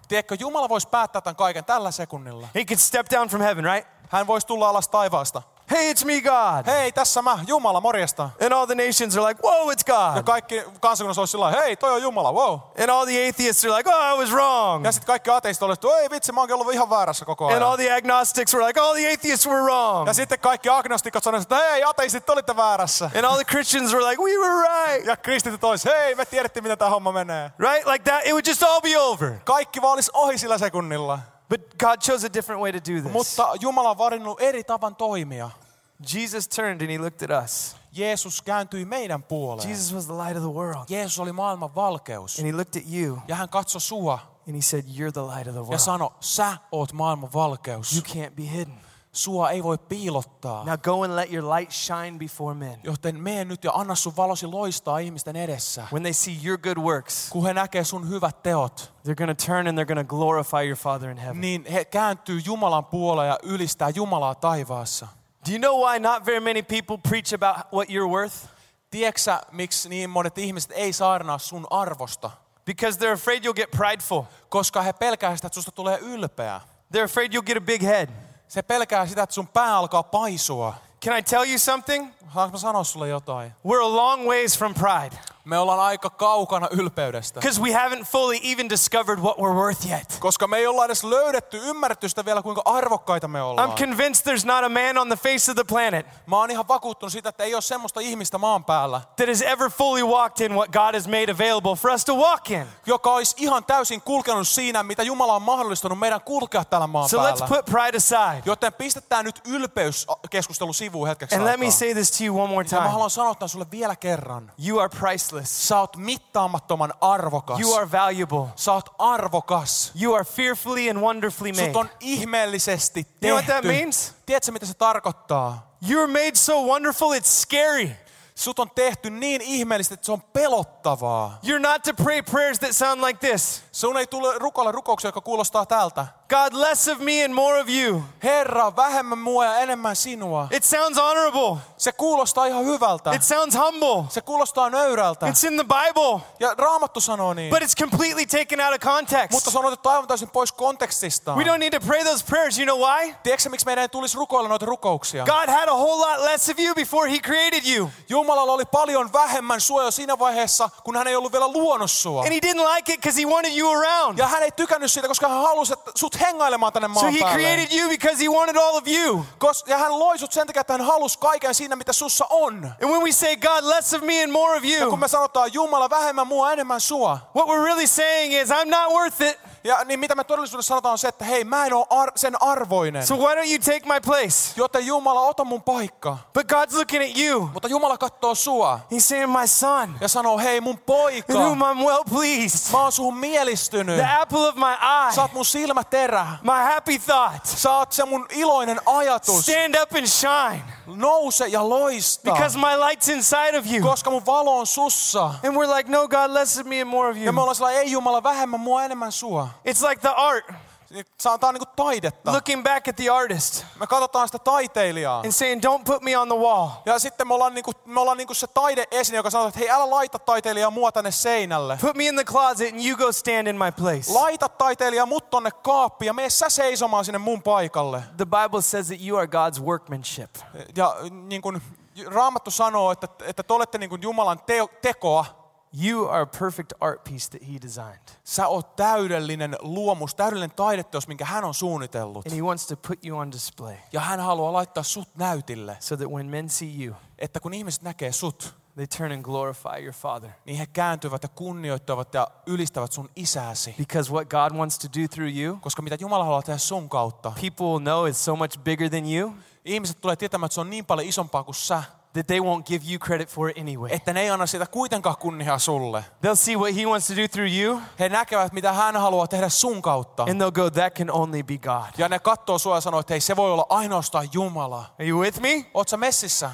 Tiedätkö, Jumala voisi päättää tämän kaiken tällä sekunnilla. He could step down from heaven, right? Hän voisi tulla alas taivaasta. Hey, it's me, God. Hei, tässä mä, Jumala, morjesta. And all the nations are like, whoa, it's Ja God. kaikki kansakunnassa olisi sillä hei, toi on Jumala, wow. And all the atheists are like, oh, I was wrong. Ja sitten kaikki ateistit olisivat, ei vitsi, mä oonkin ollut ihan väärässä koko And all ajan. the agnostics were like, all the atheists were wrong. Ja sitten kaikki agnostikot sanoisivat, että hei, ateistit, olitte väärässä. And all the Christians were like, we were right. Ja kristityt olisi, hei, me tiedettiin, miten tämä homma menee. Right? Like that, it would just all be over. Kaikki vaan olisi ohi sillä sekunnilla. But God chose a different way to do this. Mutta Jumala on valinnut eri tavan toimia. Jesus turned and he looked at us. Jeesus kääntyi meidän puoleen. Jesus was the light of the world. Jeesus oli maailman valkeus. And he looked at you Ja hän katsoi sua and he said, you're the light of the ja world. sanoi, sä oot maailman valkeus. You can't be hidden. Sua ei voi piilottaa. Now go and let your light shine before men. Joten mene nyt ja anna sun valosi loistaa ihmisten edessä. When they see your good works, Kun he näkee sun hyvät teot, they're going to turn and they're going to glorify your Father in heaven. niin he kääntyy Jumalan puoleen ja ylistää Jumalaa taivaassa. Do you know why not very many people preach about what you're worth? Tiedätkö sä, miksi niin monet ihmiset ei saarnaa sun arvosta? Because they're afraid you'll get prideful. Koska he pelkää sitä, että susta tulee ylpeä. They're afraid you'll get a big head. Se pelkää sitä, että sun pää alkaa paisua. Can I tell you something? Saanko mä sanoa sulle jotain? We're a long ways from pride. Me ollaan aika kaukana ylpeydestä. Because we haven't fully even discovered what we're worth yet. Koska me ei olla edes ymmärretty sitä vielä, kuinka arvokkaita me ollaan. I'm convinced there's not a man on the face of the planet Mä oon ihan vakuuttunut siitä, että ei ole semmoista ihmistä maan päällä, that has ever fully walked in what God has made available for us to walk in. joka olisi ihan täysin kulkenut siinä, mitä Jumala on mahdollistanut meidän kulkea täällä maan So let's päällä. put pride aside. Joten pistetään nyt ylpeyskeskustelu sivuun hetkeksi And let aikaa. me say this to you one more Ja mä time. haluan sanoa tämän sulle vielä kerran. You are priceless. Sä oot mittaamattoman arvokas. You are valuable. Sä oot arvokas. You are fearfully and wonderfully made. Sut on ihmeellisesti tehty. You know what that means? Tiedätkö, mitä se tarkoittaa? You're made so wonderful it's scary. Sut on tehty niin ihmeellisesti, että se on pelottavaa. You're not to pray prayers that sound like this. Sun ei tule rukoilla rukouksia, jotka kuulostaa tältä. God, less of me and more of you. Herra, vähemmän mua ja enemmän sinua. It sounds honorable. Se kuulostaa ihan hyvältä. It sounds humble. Se kuulostaa nöyrältä. It's in the Bible. Ja Raamattu sanoo niin. But it's completely taken out of context. Mutta se on otettu aivan täysin pois kontekstistaan. We don't need to pray those prayers. You know why? Tiedätkö, miksi meidän ei tulisi rukoilla noita rukouksia? God had a whole lot less of you before he created you. Jumalalla oli paljon vähemmän sua jo siinä vaiheessa, kun hän ei ollut vielä luonut sua. And he didn't like it because he wanted you around. Ja hän ei tykännyt siitä, koska hän halusi sut hengailemaan tänne So maan he päälle. created you because he wanted all of you. Ja hän loi sut sen takia, että hän halusi kaiken siinä, mitä sussa on. And when we say, God, less of me and more of Ja you, kun me sanotaan, Jumala, vähemmän mua, enemmän sua. what we're really saying is, I'm not worth it. Ja niin mitä me todellisuudessa sanotaan on se, että hei, mä en ole sen arvoinen. So why don't you take my place? Joten Jumala, ota mun paikka. But God's looking at you. Mutta Jumala katsoo sua He's saying, my son, ja sanoo, hei mun poika, in whom I'm well pleased. mä oon suhun mielistynyt. The apple of my Sä eye. oot mun silmäterä. My happy thought. Sä oot se mun iloinen ajatus. Stand up and shine. Nouse ja loista. Because my light's inside of you. Koska mun valo on sussa. And we're like, no, God, less of me and more of Ja you. me ollaan sellainen, ei Jumala, vähemmän mua, enemmän sua. It's like the art. Tää on niinku taidetta. Looking back at the artist Me katsotaan sitä taiteilijaa. and saying, don't put me on the wall. Ja sitten me ollaan niinku se taideesine, joka sanoo, että hei, älä laita taiteilijaa mua tänne seinälle. Put me in the closet and you go stand in my place. Laita taiteilijaa mut tonne kaappiin ja mene sä seisomaan sinne mun paikalle. The Bible says that you are God's workmanship. Ja niin kuin Raamattu sanoo, että te olette niin kuin Jumalan tekoa. You are a perfect art piece that he designed. Sä oot täydellinen luomus, täydellinen taideteos, minkä hän on suunnitellut. And he wants to put you on display Ja hän haluaa laittaa sut näytille, so that when men see you, että kun ihmiset näkee sut, they turn and glorify your Father. niin he kääntyvät ja kunnioittavat ja ylistävät sun isääsi. Because what God wants to do through you, Koska mitä Jumala haluaa tehdä sun kautta, people will know is so much bigger than you ihmiset tulee tietämään, että se on niin paljon isompaa kuin sä, that they won't give you credit for it anyway. että ne ei anna sitä kuitenkaan kunniaa sulle. They'll see what he wants to do through you He näkevät, mitä hän haluaa tehdä sun kautta. and they'll go, that can only be God. Ja ne katsoo sua ja sanoo, että hei, se voi olla ainoastaan Jumala. Are you with me? Oot sä messissä?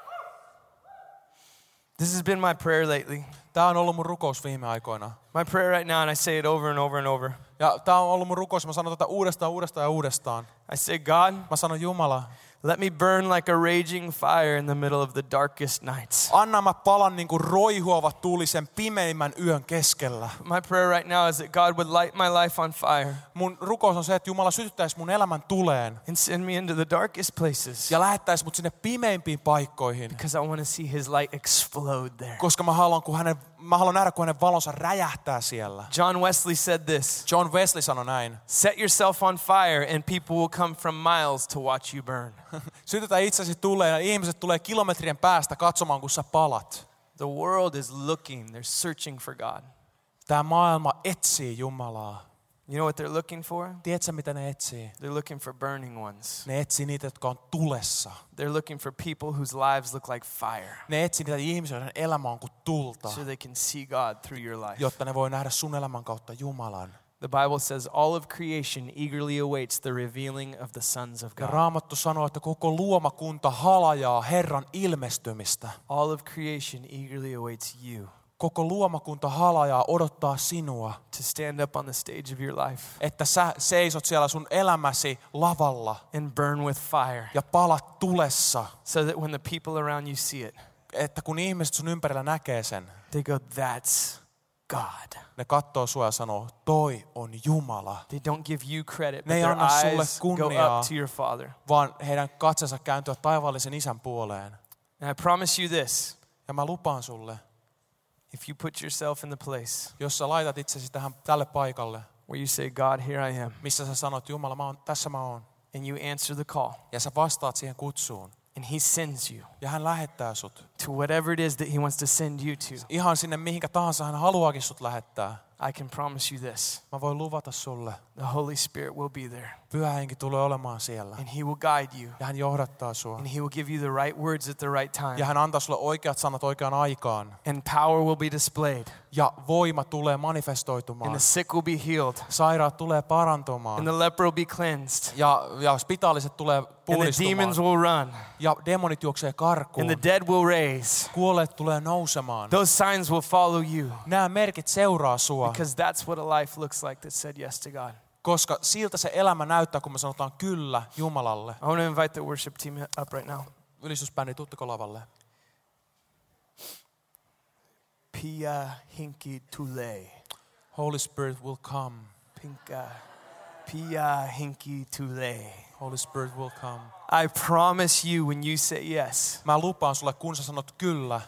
This has been my prayer lately. Tää on ollut mun rukous viime aikoina. My prayer right now, and I say it over and over and over. Ja tää on ollut mun rukous. Mä sanon tätä uudestaan. I say, God, Mä sanon, Jumala, Let me burn like a raging fire in the middle of the darkest nights. Anna mä palan niin kuin roihuava tuuli sen pimeimmän yön keskellä. My prayer right now is that God would light my life on fire Mun rukous on se, että Jumala sytyttäisi mun elämän tuleen and send me into the darkest places ja lähettäisi mut sinne pimeimpiin paikkoihin. because I want to see his light explode there. Koska mä haluan nähdä, kun hänen valonsa räjähtää siellä. John Wesley said this. John Wesley sanoi näin. Set yourself on fire and people will come from miles to watch you burn. Sytytä itsesi tuleen ja ihmiset tulee kilometrien päästä katsomaan, kun sä palat. The world is looking, they're searching for God. Tämä maailma etsii Jumalaa. You know what they're looking for? Tiedätkö, mitä ne etsii? They're looking for burning ones. Ne etsii niitä, jotka on tulessa. They're looking for people whose lives look like fire Ne etsii niitä ihmisiä, joiden elämä on kuin tulta, so they can see God through your life. jotta ne voi nähdä sun elämän kautta Jumalan. The Bible says all of creation eagerly awaits the revealing of the sons of Ja God. Raamattu sanoo, että koko luomakunta halajaa Herran ilmestymistä. All of creation eagerly awaits you Koko luomakunta halajaa odottaa sinua, to stand up on the stage of your life että sä seisot siellä sun elämäsi lavalla and burn with fire ja palat tulessa. so that when the people around you see it, Että kun ihmiset sun ympärillä näkee sen, they go, that's God. ne katsoo sua ja sanoo, toi on Jumala. They don't give you credit, but Ne ei their anna sulle eyes go kunniaa. up to your Father. Vaan heidän katsensa kääntyvät taivaallisen isän puoleen. And I promise you this, Ja mä lupaan sulle, if you put yourself in the place jos sä laitat itsesi tälle paikalle, where you say, God, here I am, missä sä sanot, Jumala, tässä mä oon. and you answer the call, Ja sä vastaat siihen kutsuun. and he sends you Ja hän lähettää sut. to whatever it is that he wants to send you to, Ihan sinne mihinkä tahansa hän haluaakin sut lähettää. I can promise you this, Mä voin luvata sulle, the Holy Spirit will be there, Pyhä Henki tulee olemaan siellä. and he will guide you, Ja hän johdattaa sua. and he will give you the right words at the right Ja time, hän antaa sulle oikeat sanat oikeaan aikaan. and power will be displayed, Ja voima tulee and manifestoitumaan. the sick will be healed, Sairaat tulee parantumaan. and the leper will be cleansed, Ja spitaaliset tulee and the puhdistumaan. demons will run, Ja demonit juoksee karkuun. and the dead will raise. Kuolleet tulee nousemaan. Those signs will follow you, Nämä merkit seuraa sua, because that's what a life looks like that said yes to God. koska siltä se elämä näyttää, kun me sanotaan kyllä Jumalalle. I want to invite the worship team up right now. Ylistysbändi, tuutteko lavalle? Pia hinki tule. Holy Spirit will come. Pinka. Pia hinki tule. Holy Spirit will come. I promise you when you say yes, Mä lupaan sulle, kun sä sanot kyllä,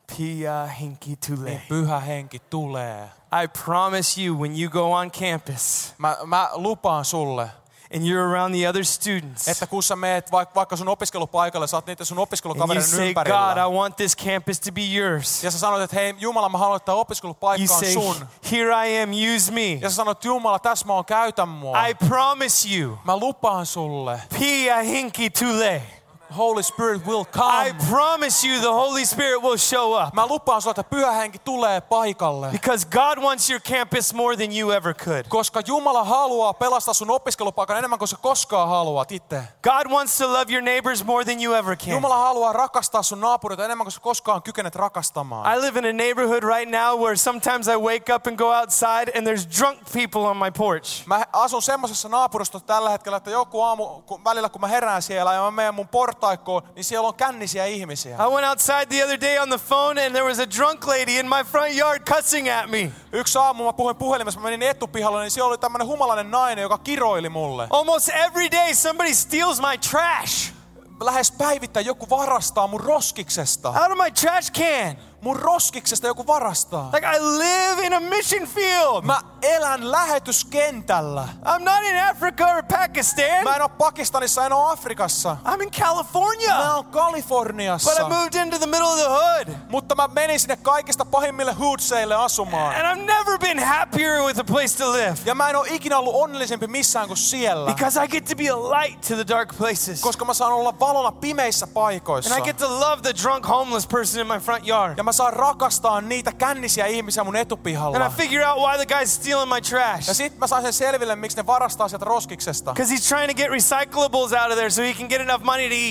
Pia hinki tule. niin Pyhä Henki tulee. I promise you when you go on campus Mä lupaan sulle, and you're around the other students että kun sä meet vaikka sun opiskelupaikalle, sä oot niitä sun and you opiskelukavereiden say, God, ympärillä. I want this campus to be yours. Ja sä sanot, että hei Jumala, mä haluan, että tämä You opiskelupaikka on say, sun. here I am, use me. Ja sä sanot, Jumala, tässä mä oon, käytä mua. I promise you, Mä lupaan sulle, Pia hinki tule. Holy Spirit will I come. promise you the Holy Spirit will show up. Mä lupaan sulle, että Pyhä Henki tulee paikalle. Because God wants your campus more than you ever could. Koska Jumala haluaa pelastaa sun opiskelupaikan enemmän kuin sä koskaan haluat itse. God wants to love your neighbors more than you ever can. Jumala haluaa rakastaa sun naapurita enemmän kuin sä koskaan kykenet rakastamaan. I live in a neighborhood right now where sometimes I wake up and go outside and there's drunk people on my porch. Mä asun semmosessa naapurustossa tällä hetkellä, että joku aamu välillä kun mä herään siellä ja mä menen mun portaikkoon, niin siellä on kännisiä ihmisiä. I went outside the other day on the phone and there was a drunk lady in my front yard cussing at me. Yksi aamu mä puhuin puhelimessa, mä menin etupihalle, niin siellä oli tämmönen humalainen nainen, joka kiroili mulle. Almost every day somebody steals my trash Lähes päivittäin joku varastaa mun roskiksesta. out of my trash can. Mun roskiksesta joku varastaa. Like I live in a mission field. Mä elän lähetyskentällä. I'm not in Africa or Pakistan. Mä en oo Pakistanissa, en oo Afrikassa. I'm in California. Mä oon Kaliforniassa. But I moved into the middle of the hood. Mutta mä menin sinne kaikista pahimmille hoodseille asumaan. And I've never been happier with a place to live. Ja mä en oo ikinä ollut onnellisempi missään kuin siellä. Because I get to be a light to the dark places. Koska mä saan olla valona pimeissä paikoissa. And I get to love the drunk homeless person in my front yard. Ja mä saan rakastaa niitä kännisiä ihmisiä mun etupihalla. And I figure out why the guy's stealing my Ja trash. sit mä saan sen selville, miksi ne varastaa sieltä roskiksesta. Because he's trying to get recyclables out of there so he can get enough money to eat.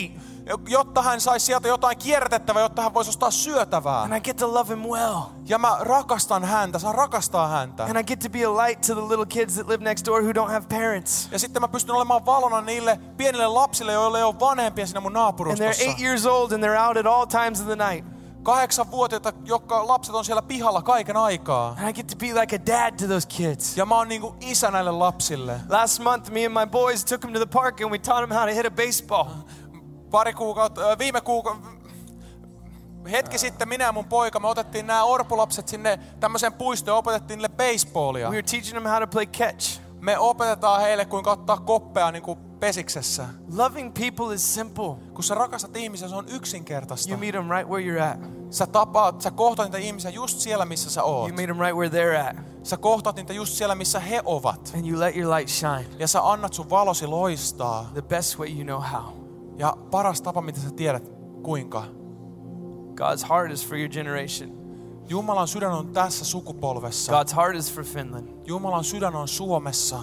jotta hän saisi sieltä jotain kierrätettävää, jotta hän voisi ostaa syötävää. And I get to love him well. Ja mä rakastan häntä, saan rakastaa häntä. And I get to be a light to the little kids that live next door who don't have parents. Ja sitten mä pystyn olemaan valona niille pienille lapsille, joille ei ole vanhempia siinä mun And naapurustossa. they're 8 years old and they're out at all times of the night. 8-vuotiaita, jotka lapset on siellä pihalla kaiken aikaa. And I get to be like a dad to those kids. Ja mä oon niinku isä näille lapsille. Last month, me and my boys took them to the park and we taught them how to hit a baseball. Hetki sitten minä ja mun poika, me otettiin nämä orpolapset sinne tämmöiseen puistoon ja opetettiin niille baseballia. We were teaching them how to play catch. Me opetetaan heille, kuinka ottaa koppea niinku pesiksessä. Loving people is simple. Kun sä rakastat ihmisiä, se on yksinkertaista. You meet them right where you're at. Sä kohtaat niitä ihmisiä just siellä, missä sä oot. You meet them right where they're at. Sä kohtaat niitä just siellä, missä he ovat. And you let your light shine. Ja sä annat sun valosi loistaa. The best way you know how. Ja paras tapa, mitä sä tiedät, kuinka. God's heart is for your generation. Jumalan sydän on tässä sukupolvessa. God's heart is for Finland. Jumalan sydän on Suomessa.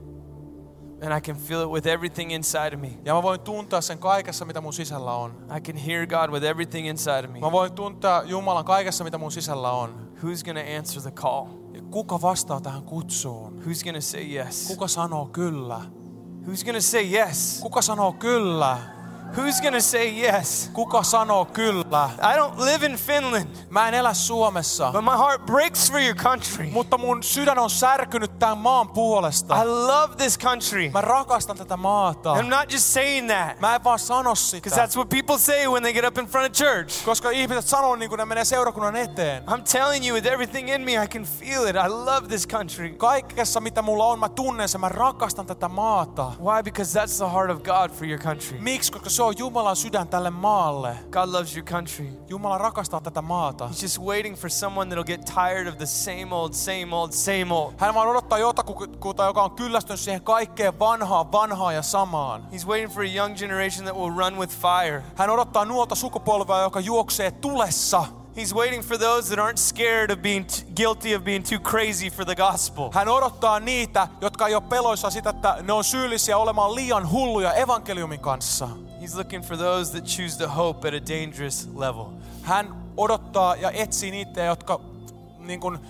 And I can feel it with everything inside of me. Ja mä voin tuntea sen kaikessa, mitä mun sisällä on. I can hear God with everything inside of me. Mä voin tuntea Jumalan kaikessa, mitä mun sisällä on. Who's going to answer the call? Ja kuka vastaa tähän kutsuun? Who's going to say yes? Kuka sanoo kyllä? Who's going to say yes? Kuka sanoo kyllä? Who's going to say yes? Kuka sanoo kyllä? I don't live in Finland, Mä en elä Suomessa, but my heart breaks for your country. mutta mun sydän on särkynyt tämän maan puolesta. I love this country. Mä rakastan tätä maata. I'm not just saying that Mä en vaan sano sitä, because that's what people say when they get up in front of church. koska ihmiset sanoo niin kuin ne menee seurakunnan eteen. I'm telling you, with everything in me, I can feel it. I love this country. Kaikessa mitä mulla on, mä tunnen sen, mä rakastan tätä maata. Why? Because that's the heart of God for your country. Miksi? Koska se on Jumalan sydän tälle maalle. God loves your country. Jumala rakastaa tätä maata. He's just waiting for someone that'll get tired of the same old, same old, same old. Hän vaan odottaa jotakuta, joka on kyllästynyt siihen kaikkeen vanhaan ja samaan. He's waiting for a young generation that will run with fire. Hän odottaa nuorta sukupolvea, joka juoksee tulessa. He's waiting for those that aren't scared of being guilty of being too crazy for the gospel. Hän odottaa niitä, jotka ei ole peloissa sitä, että ne on syyllisiä olemaan liian hulluja evankeliumin kanssa. He's looking for those that choose to hope at a dangerous level. Hän odottaa ja etsii niitä, jotka niin kuin,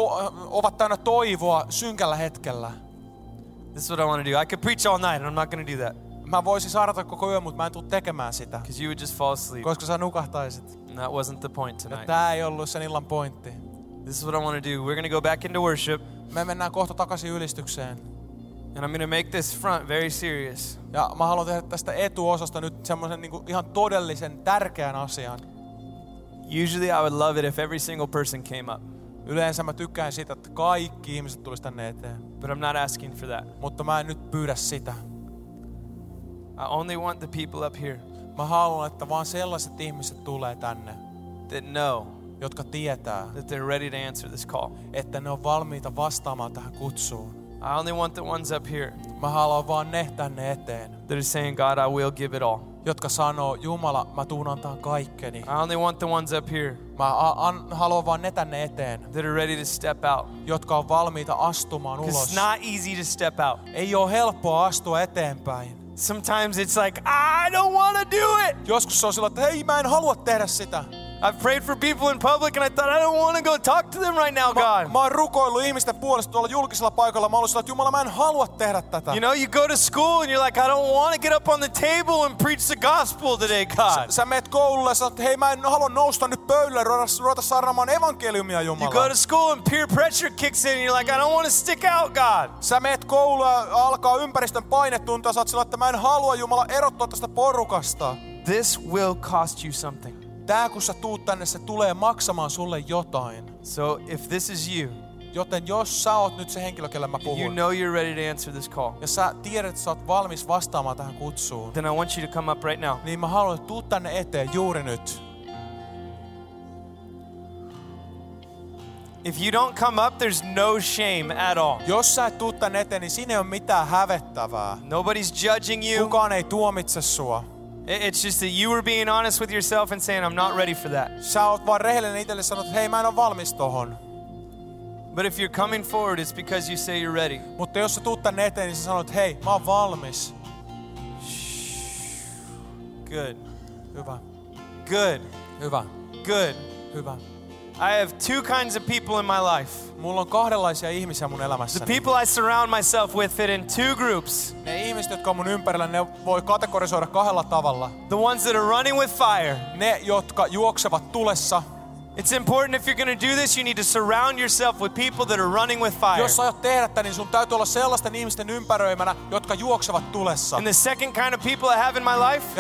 ovat täynnä toivoa synkällä hetkellä. This is what I want to do. I could preach all night and I'm not going to do that Mä voisin saarnata koko yön, mutta mä en tule tekemään sitä, because you would just fall asleep. koska sä nukahtaisit. And that wasn't the point Ja tonight. tää ei ollut sen illan pointti. This is what I want to do. We're going to go back into worship Me mennään kohta takaisin ylistykseen. and I'm going to make this front very serious. Ja mä haluan tehdä tästä etuosasta nyt semmoisen niin kuin ihan todellisen tärkeän asian. Usually I would love it if every single person came up, Yleensä mä tykkään siitä, että kaikki ihmiset tulisi tänne eteen. but I'm not asking for that. Mutta mä en nyt pyydä sitä. I only want the people up here Mä haluan, että vaan sellaiset ihmiset tulee tänne, that know jotka tietää, that they're ready to answer this call. että ne on valmiita vastaamaan tähän kutsuun. I only want the ones up here Mä haluan vaan ne tänne eteen, that are saying, God, I will give it all. jotka sanoo, Jumala, mä tuun antaa kaikkeni. I only want the ones up here Mä haluan vaan ne tänne eteen, that are ready to step out. jotka on valmiita astumaan Because ulos. it's not easy to step out. Ei ole helppoa astua eteenpäin. Sometimes it's like, I don't want to do it. Joskus se on sillä, että hei, mä en halua tehdä sitä. I've prayed for people in public and I thought, I don't want to go talk to them right now, God. Mä oon rukoillut ihmisten puolesta tuolla julkisella paikalla. Mä oon sillä, että Jumala, mä en halua tehdä tätä. You know, you go to school and you're like, I don't want to get up on the table and preach the gospel today, God. Sä meet koululle ja sanot, että hei, mä en halua nousta nyt pöydälle, ruveta saarnaamaan evankeliumia, You Jumala. go to school and peer pressure kicks in and you're like, I don't want to stick out, God. Sä meet kouluun ja alkaa ympäristön paine tuntua, sä oot sillä, että mä en halua, Jumala, erottua tästä porukasta. This will cost you something. Tää kun sä tuut tänne, se tulee maksamaan sulle jotain. So if this is you, Joten jos sä oot nyt se henkilö, kelle mä you puhun, know you're ready to answer this call, ja sä tiedät, että sä oot valmis vastaamaan tähän kutsuun, then I want you to come up right now. niin mä haluan, että tuu tänne eteen juuri nyt. If you don't come up, there's no shame at all. Jos sä et tuu tänne eteen, niin siinä ei ole mitään hävettävää. Nobody's judging you. Kukaan ei tuomitse sua. It's just that you were being honest with yourself and saying, I'm not ready for that. Sä oot vaan rehellinen itselle sanot, että hei, mä en ole valmis tohon. But if you're coming forward, it's because you say you're ready. Mutta jos sä tuut tänne eteen, niin sä sanot, hei, mä oon valmis. Good. Hyvä. Good. Hyvä. Good. Hyvä. I have two kinds of people in my life. Mulla on kahdenlaisia ihmisiä mun The elämässäni. people I surround myself with fit in two groups. Ne ihmiset, jotka on mun ympärillä, ne voi kategorisoida kahdella tavalla. The ones that are running with fire. Ne, jotka juoksevat tulessa. It's important if you're going to do this, you need to surround yourself with people that are running with fire. Jos sä aiot tehdä tämän, niin sun täytyy olla sellaisten ihmisten ympäröimänä, jotka juoksevat tulessa. And the second kind of people I have in my life Ja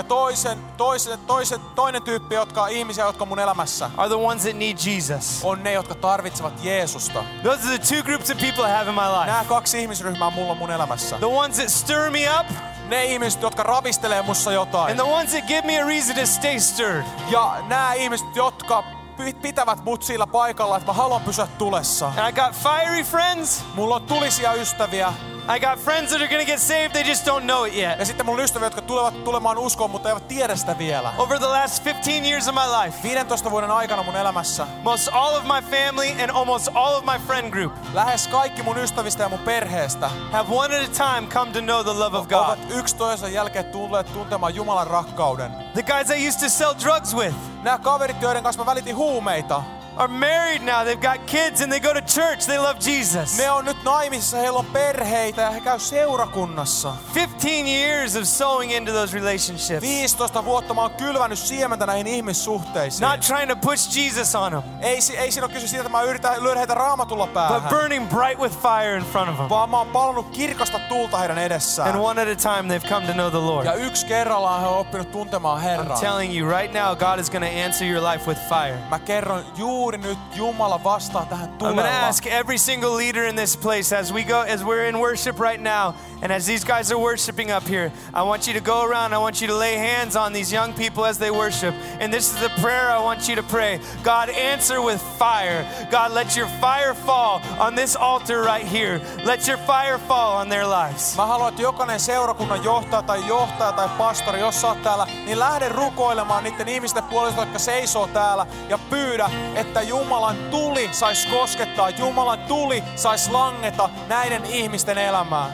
toinen tyyppi, ihmisiä, jotka on mun elämässä, are the ones that need Jesus. on ne, jotka tarvitsevat Jeesusta. Those are the two groups of people I have in my life. Nämä kaksi ihmisryhmää mulla on mun elämässä. The ones that stir me up Ne ihmiset, jotka ravistelee mussa jotain. and the ones that give me a reason to stay stirred. Ja nämä ihmiset, jotka pitävät mut sillä paikalla, että mä haluan pysyä tulessa. And I got fiery friends. Mulla on tulisia ystäviä. I got friends that are going to get saved, they just don't know it yet. Ja sitten mulla on ystäviä, jotka tulevat tulemaan uskoon, mutta eivät tiedä sitä vielä. Over the last 15 years of my life, 15 vuoden aikana mun elämässä most all of my family and almost all of my friend group lähes kaikki mun ystävistä ja mun perheestä have one at a time come to know the love of God. ovat yksi toisensa jälkeen tulleet tuntemaan Jumalan rakkauden. The guys I used to sell drugs with Nämä kaverit, joiden kanssa mä välitin huumeita, are married now. They've got kids and they go to church. They love Jesus. ne on nyt naimisissa, heillä on perheitä ja he käy seurakunnassa. 15 years of sowing into those relationships. 15 vuotta mä oon kylvänyt siementä näihin ihmissuhteisiin. Not trying to push Jesus on them, Ei siinä ole kyse siitä, että mä yritän lyödä heitä raamatulla but päähän, burning bright with fire in front of them. vaan mä oon palannut kirkasta tulta heidän edessään. And one at a time they've come to know the Lord. Ja yksi kerrallaan he on oppinut tuntemaan I'm Herran. telling you right now, God is going to answer your life with fire. Mä kerron juuri nyt, Jumala vastaa tähän I'm going tulella. to ask every single leader in this place as we're in worship right now, and as these guys are worshiping up here, I want you to go around, I want you to lay hands on these young people as they worship. And this is the prayer I want you to pray. God, answer with fire. God, let your fire fall on this altar right here. Let your fire fall on their lives. Mä haluan, että jokainen seurakunnan johtaja tai pastori, jos sä oot täällä, niin lähde rukoilemaan niiden ihmisten puolesta, jotka seisoo täällä, ja pyydä, että Jumalan tuli sais koskettaa, Jumalan tuli sais langeta näiden ihmisten elämään.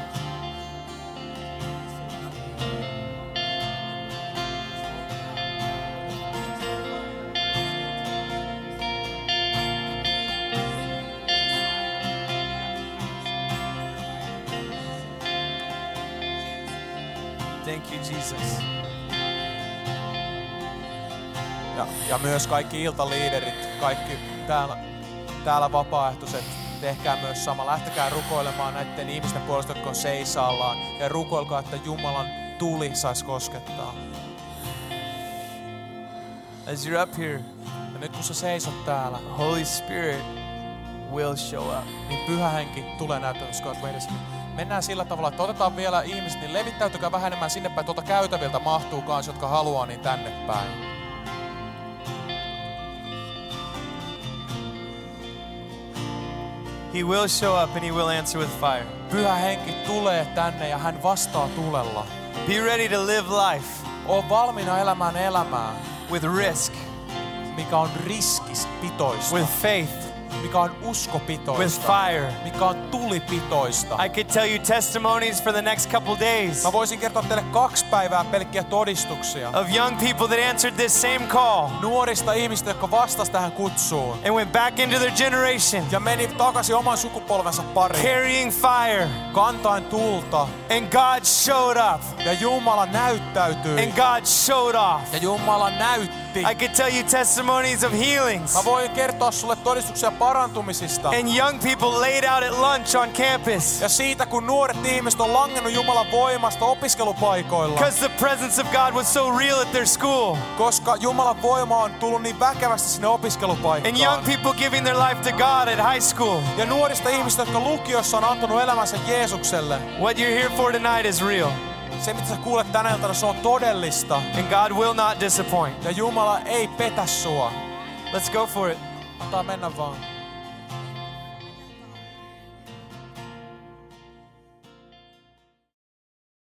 Thank you, Jesus. Ja myös kaikki iltaliiderit, kaikki täällä vapaaehtoiset, tehkää myös sama. Lähtekää rukoilemaan näiden ihmisten puolesta, jotka on seisaallaan. Ja rukoilkaa, että Jumalan tuli sais koskettaa. As you're up here, Ja nyt kun sä seisot täällä, Holy Spirit will show up. niin Pyhä Henki tulee näyttämään Scott Wadeskin. Mennään sillä tavalla, että otetaan vielä ihmiset, niin levittäytykää vähän enemmän sinne päin. Tuolta käytäviltä mahtuu kans, jotka haluaa, niin tänne päin. He will show up and he will answer with fire. Pyhä Henki tulee tänne ja hän vastaa tulella. Be ready to live life Oo valmiina elämään elämää, with risk, mikä on riskispitoista, with faith, mikä on with uskopitoista, fire. mikä on tulipitoista. I could tell you testimonies for the next couple days Mä voisin kertoa teille 2 päivää pelkkiä todistuksia of young people that answered this same call nuorista ihmistä, jotka vastasi tähän kutsuun and went back into their generation ja meni takaisin oman sukupolvensa pariin, carrying fire, kantain tulta, and God showed up ja Jumala näyttäytyi and God showed off. ja Jumala näytti. I could tell you testimonies of healings Mä voin kertoa sulle todistuksia parantumisista and young people laid out at lunch on campus ja siitä, kun nuoret ihmiset on langennut Jumalan voimasta opiskelupaikoilla, because the presence of God was so real at their school, koska Jumalan voima on tullut niin väkevästi sinne opiskelupaikkaan. and young people giving their life to God at high school. Ja nuorista ihmistä, jotka lukiossa on antanut elämänsä Jeesukselle. What you're here for tonight is real, Se, mitä sä kuulet tänä iltana, se on todellista. and God will not disappoint. Ja Jumala ei petä sua. Let's go for it. Antaa mennä vaan.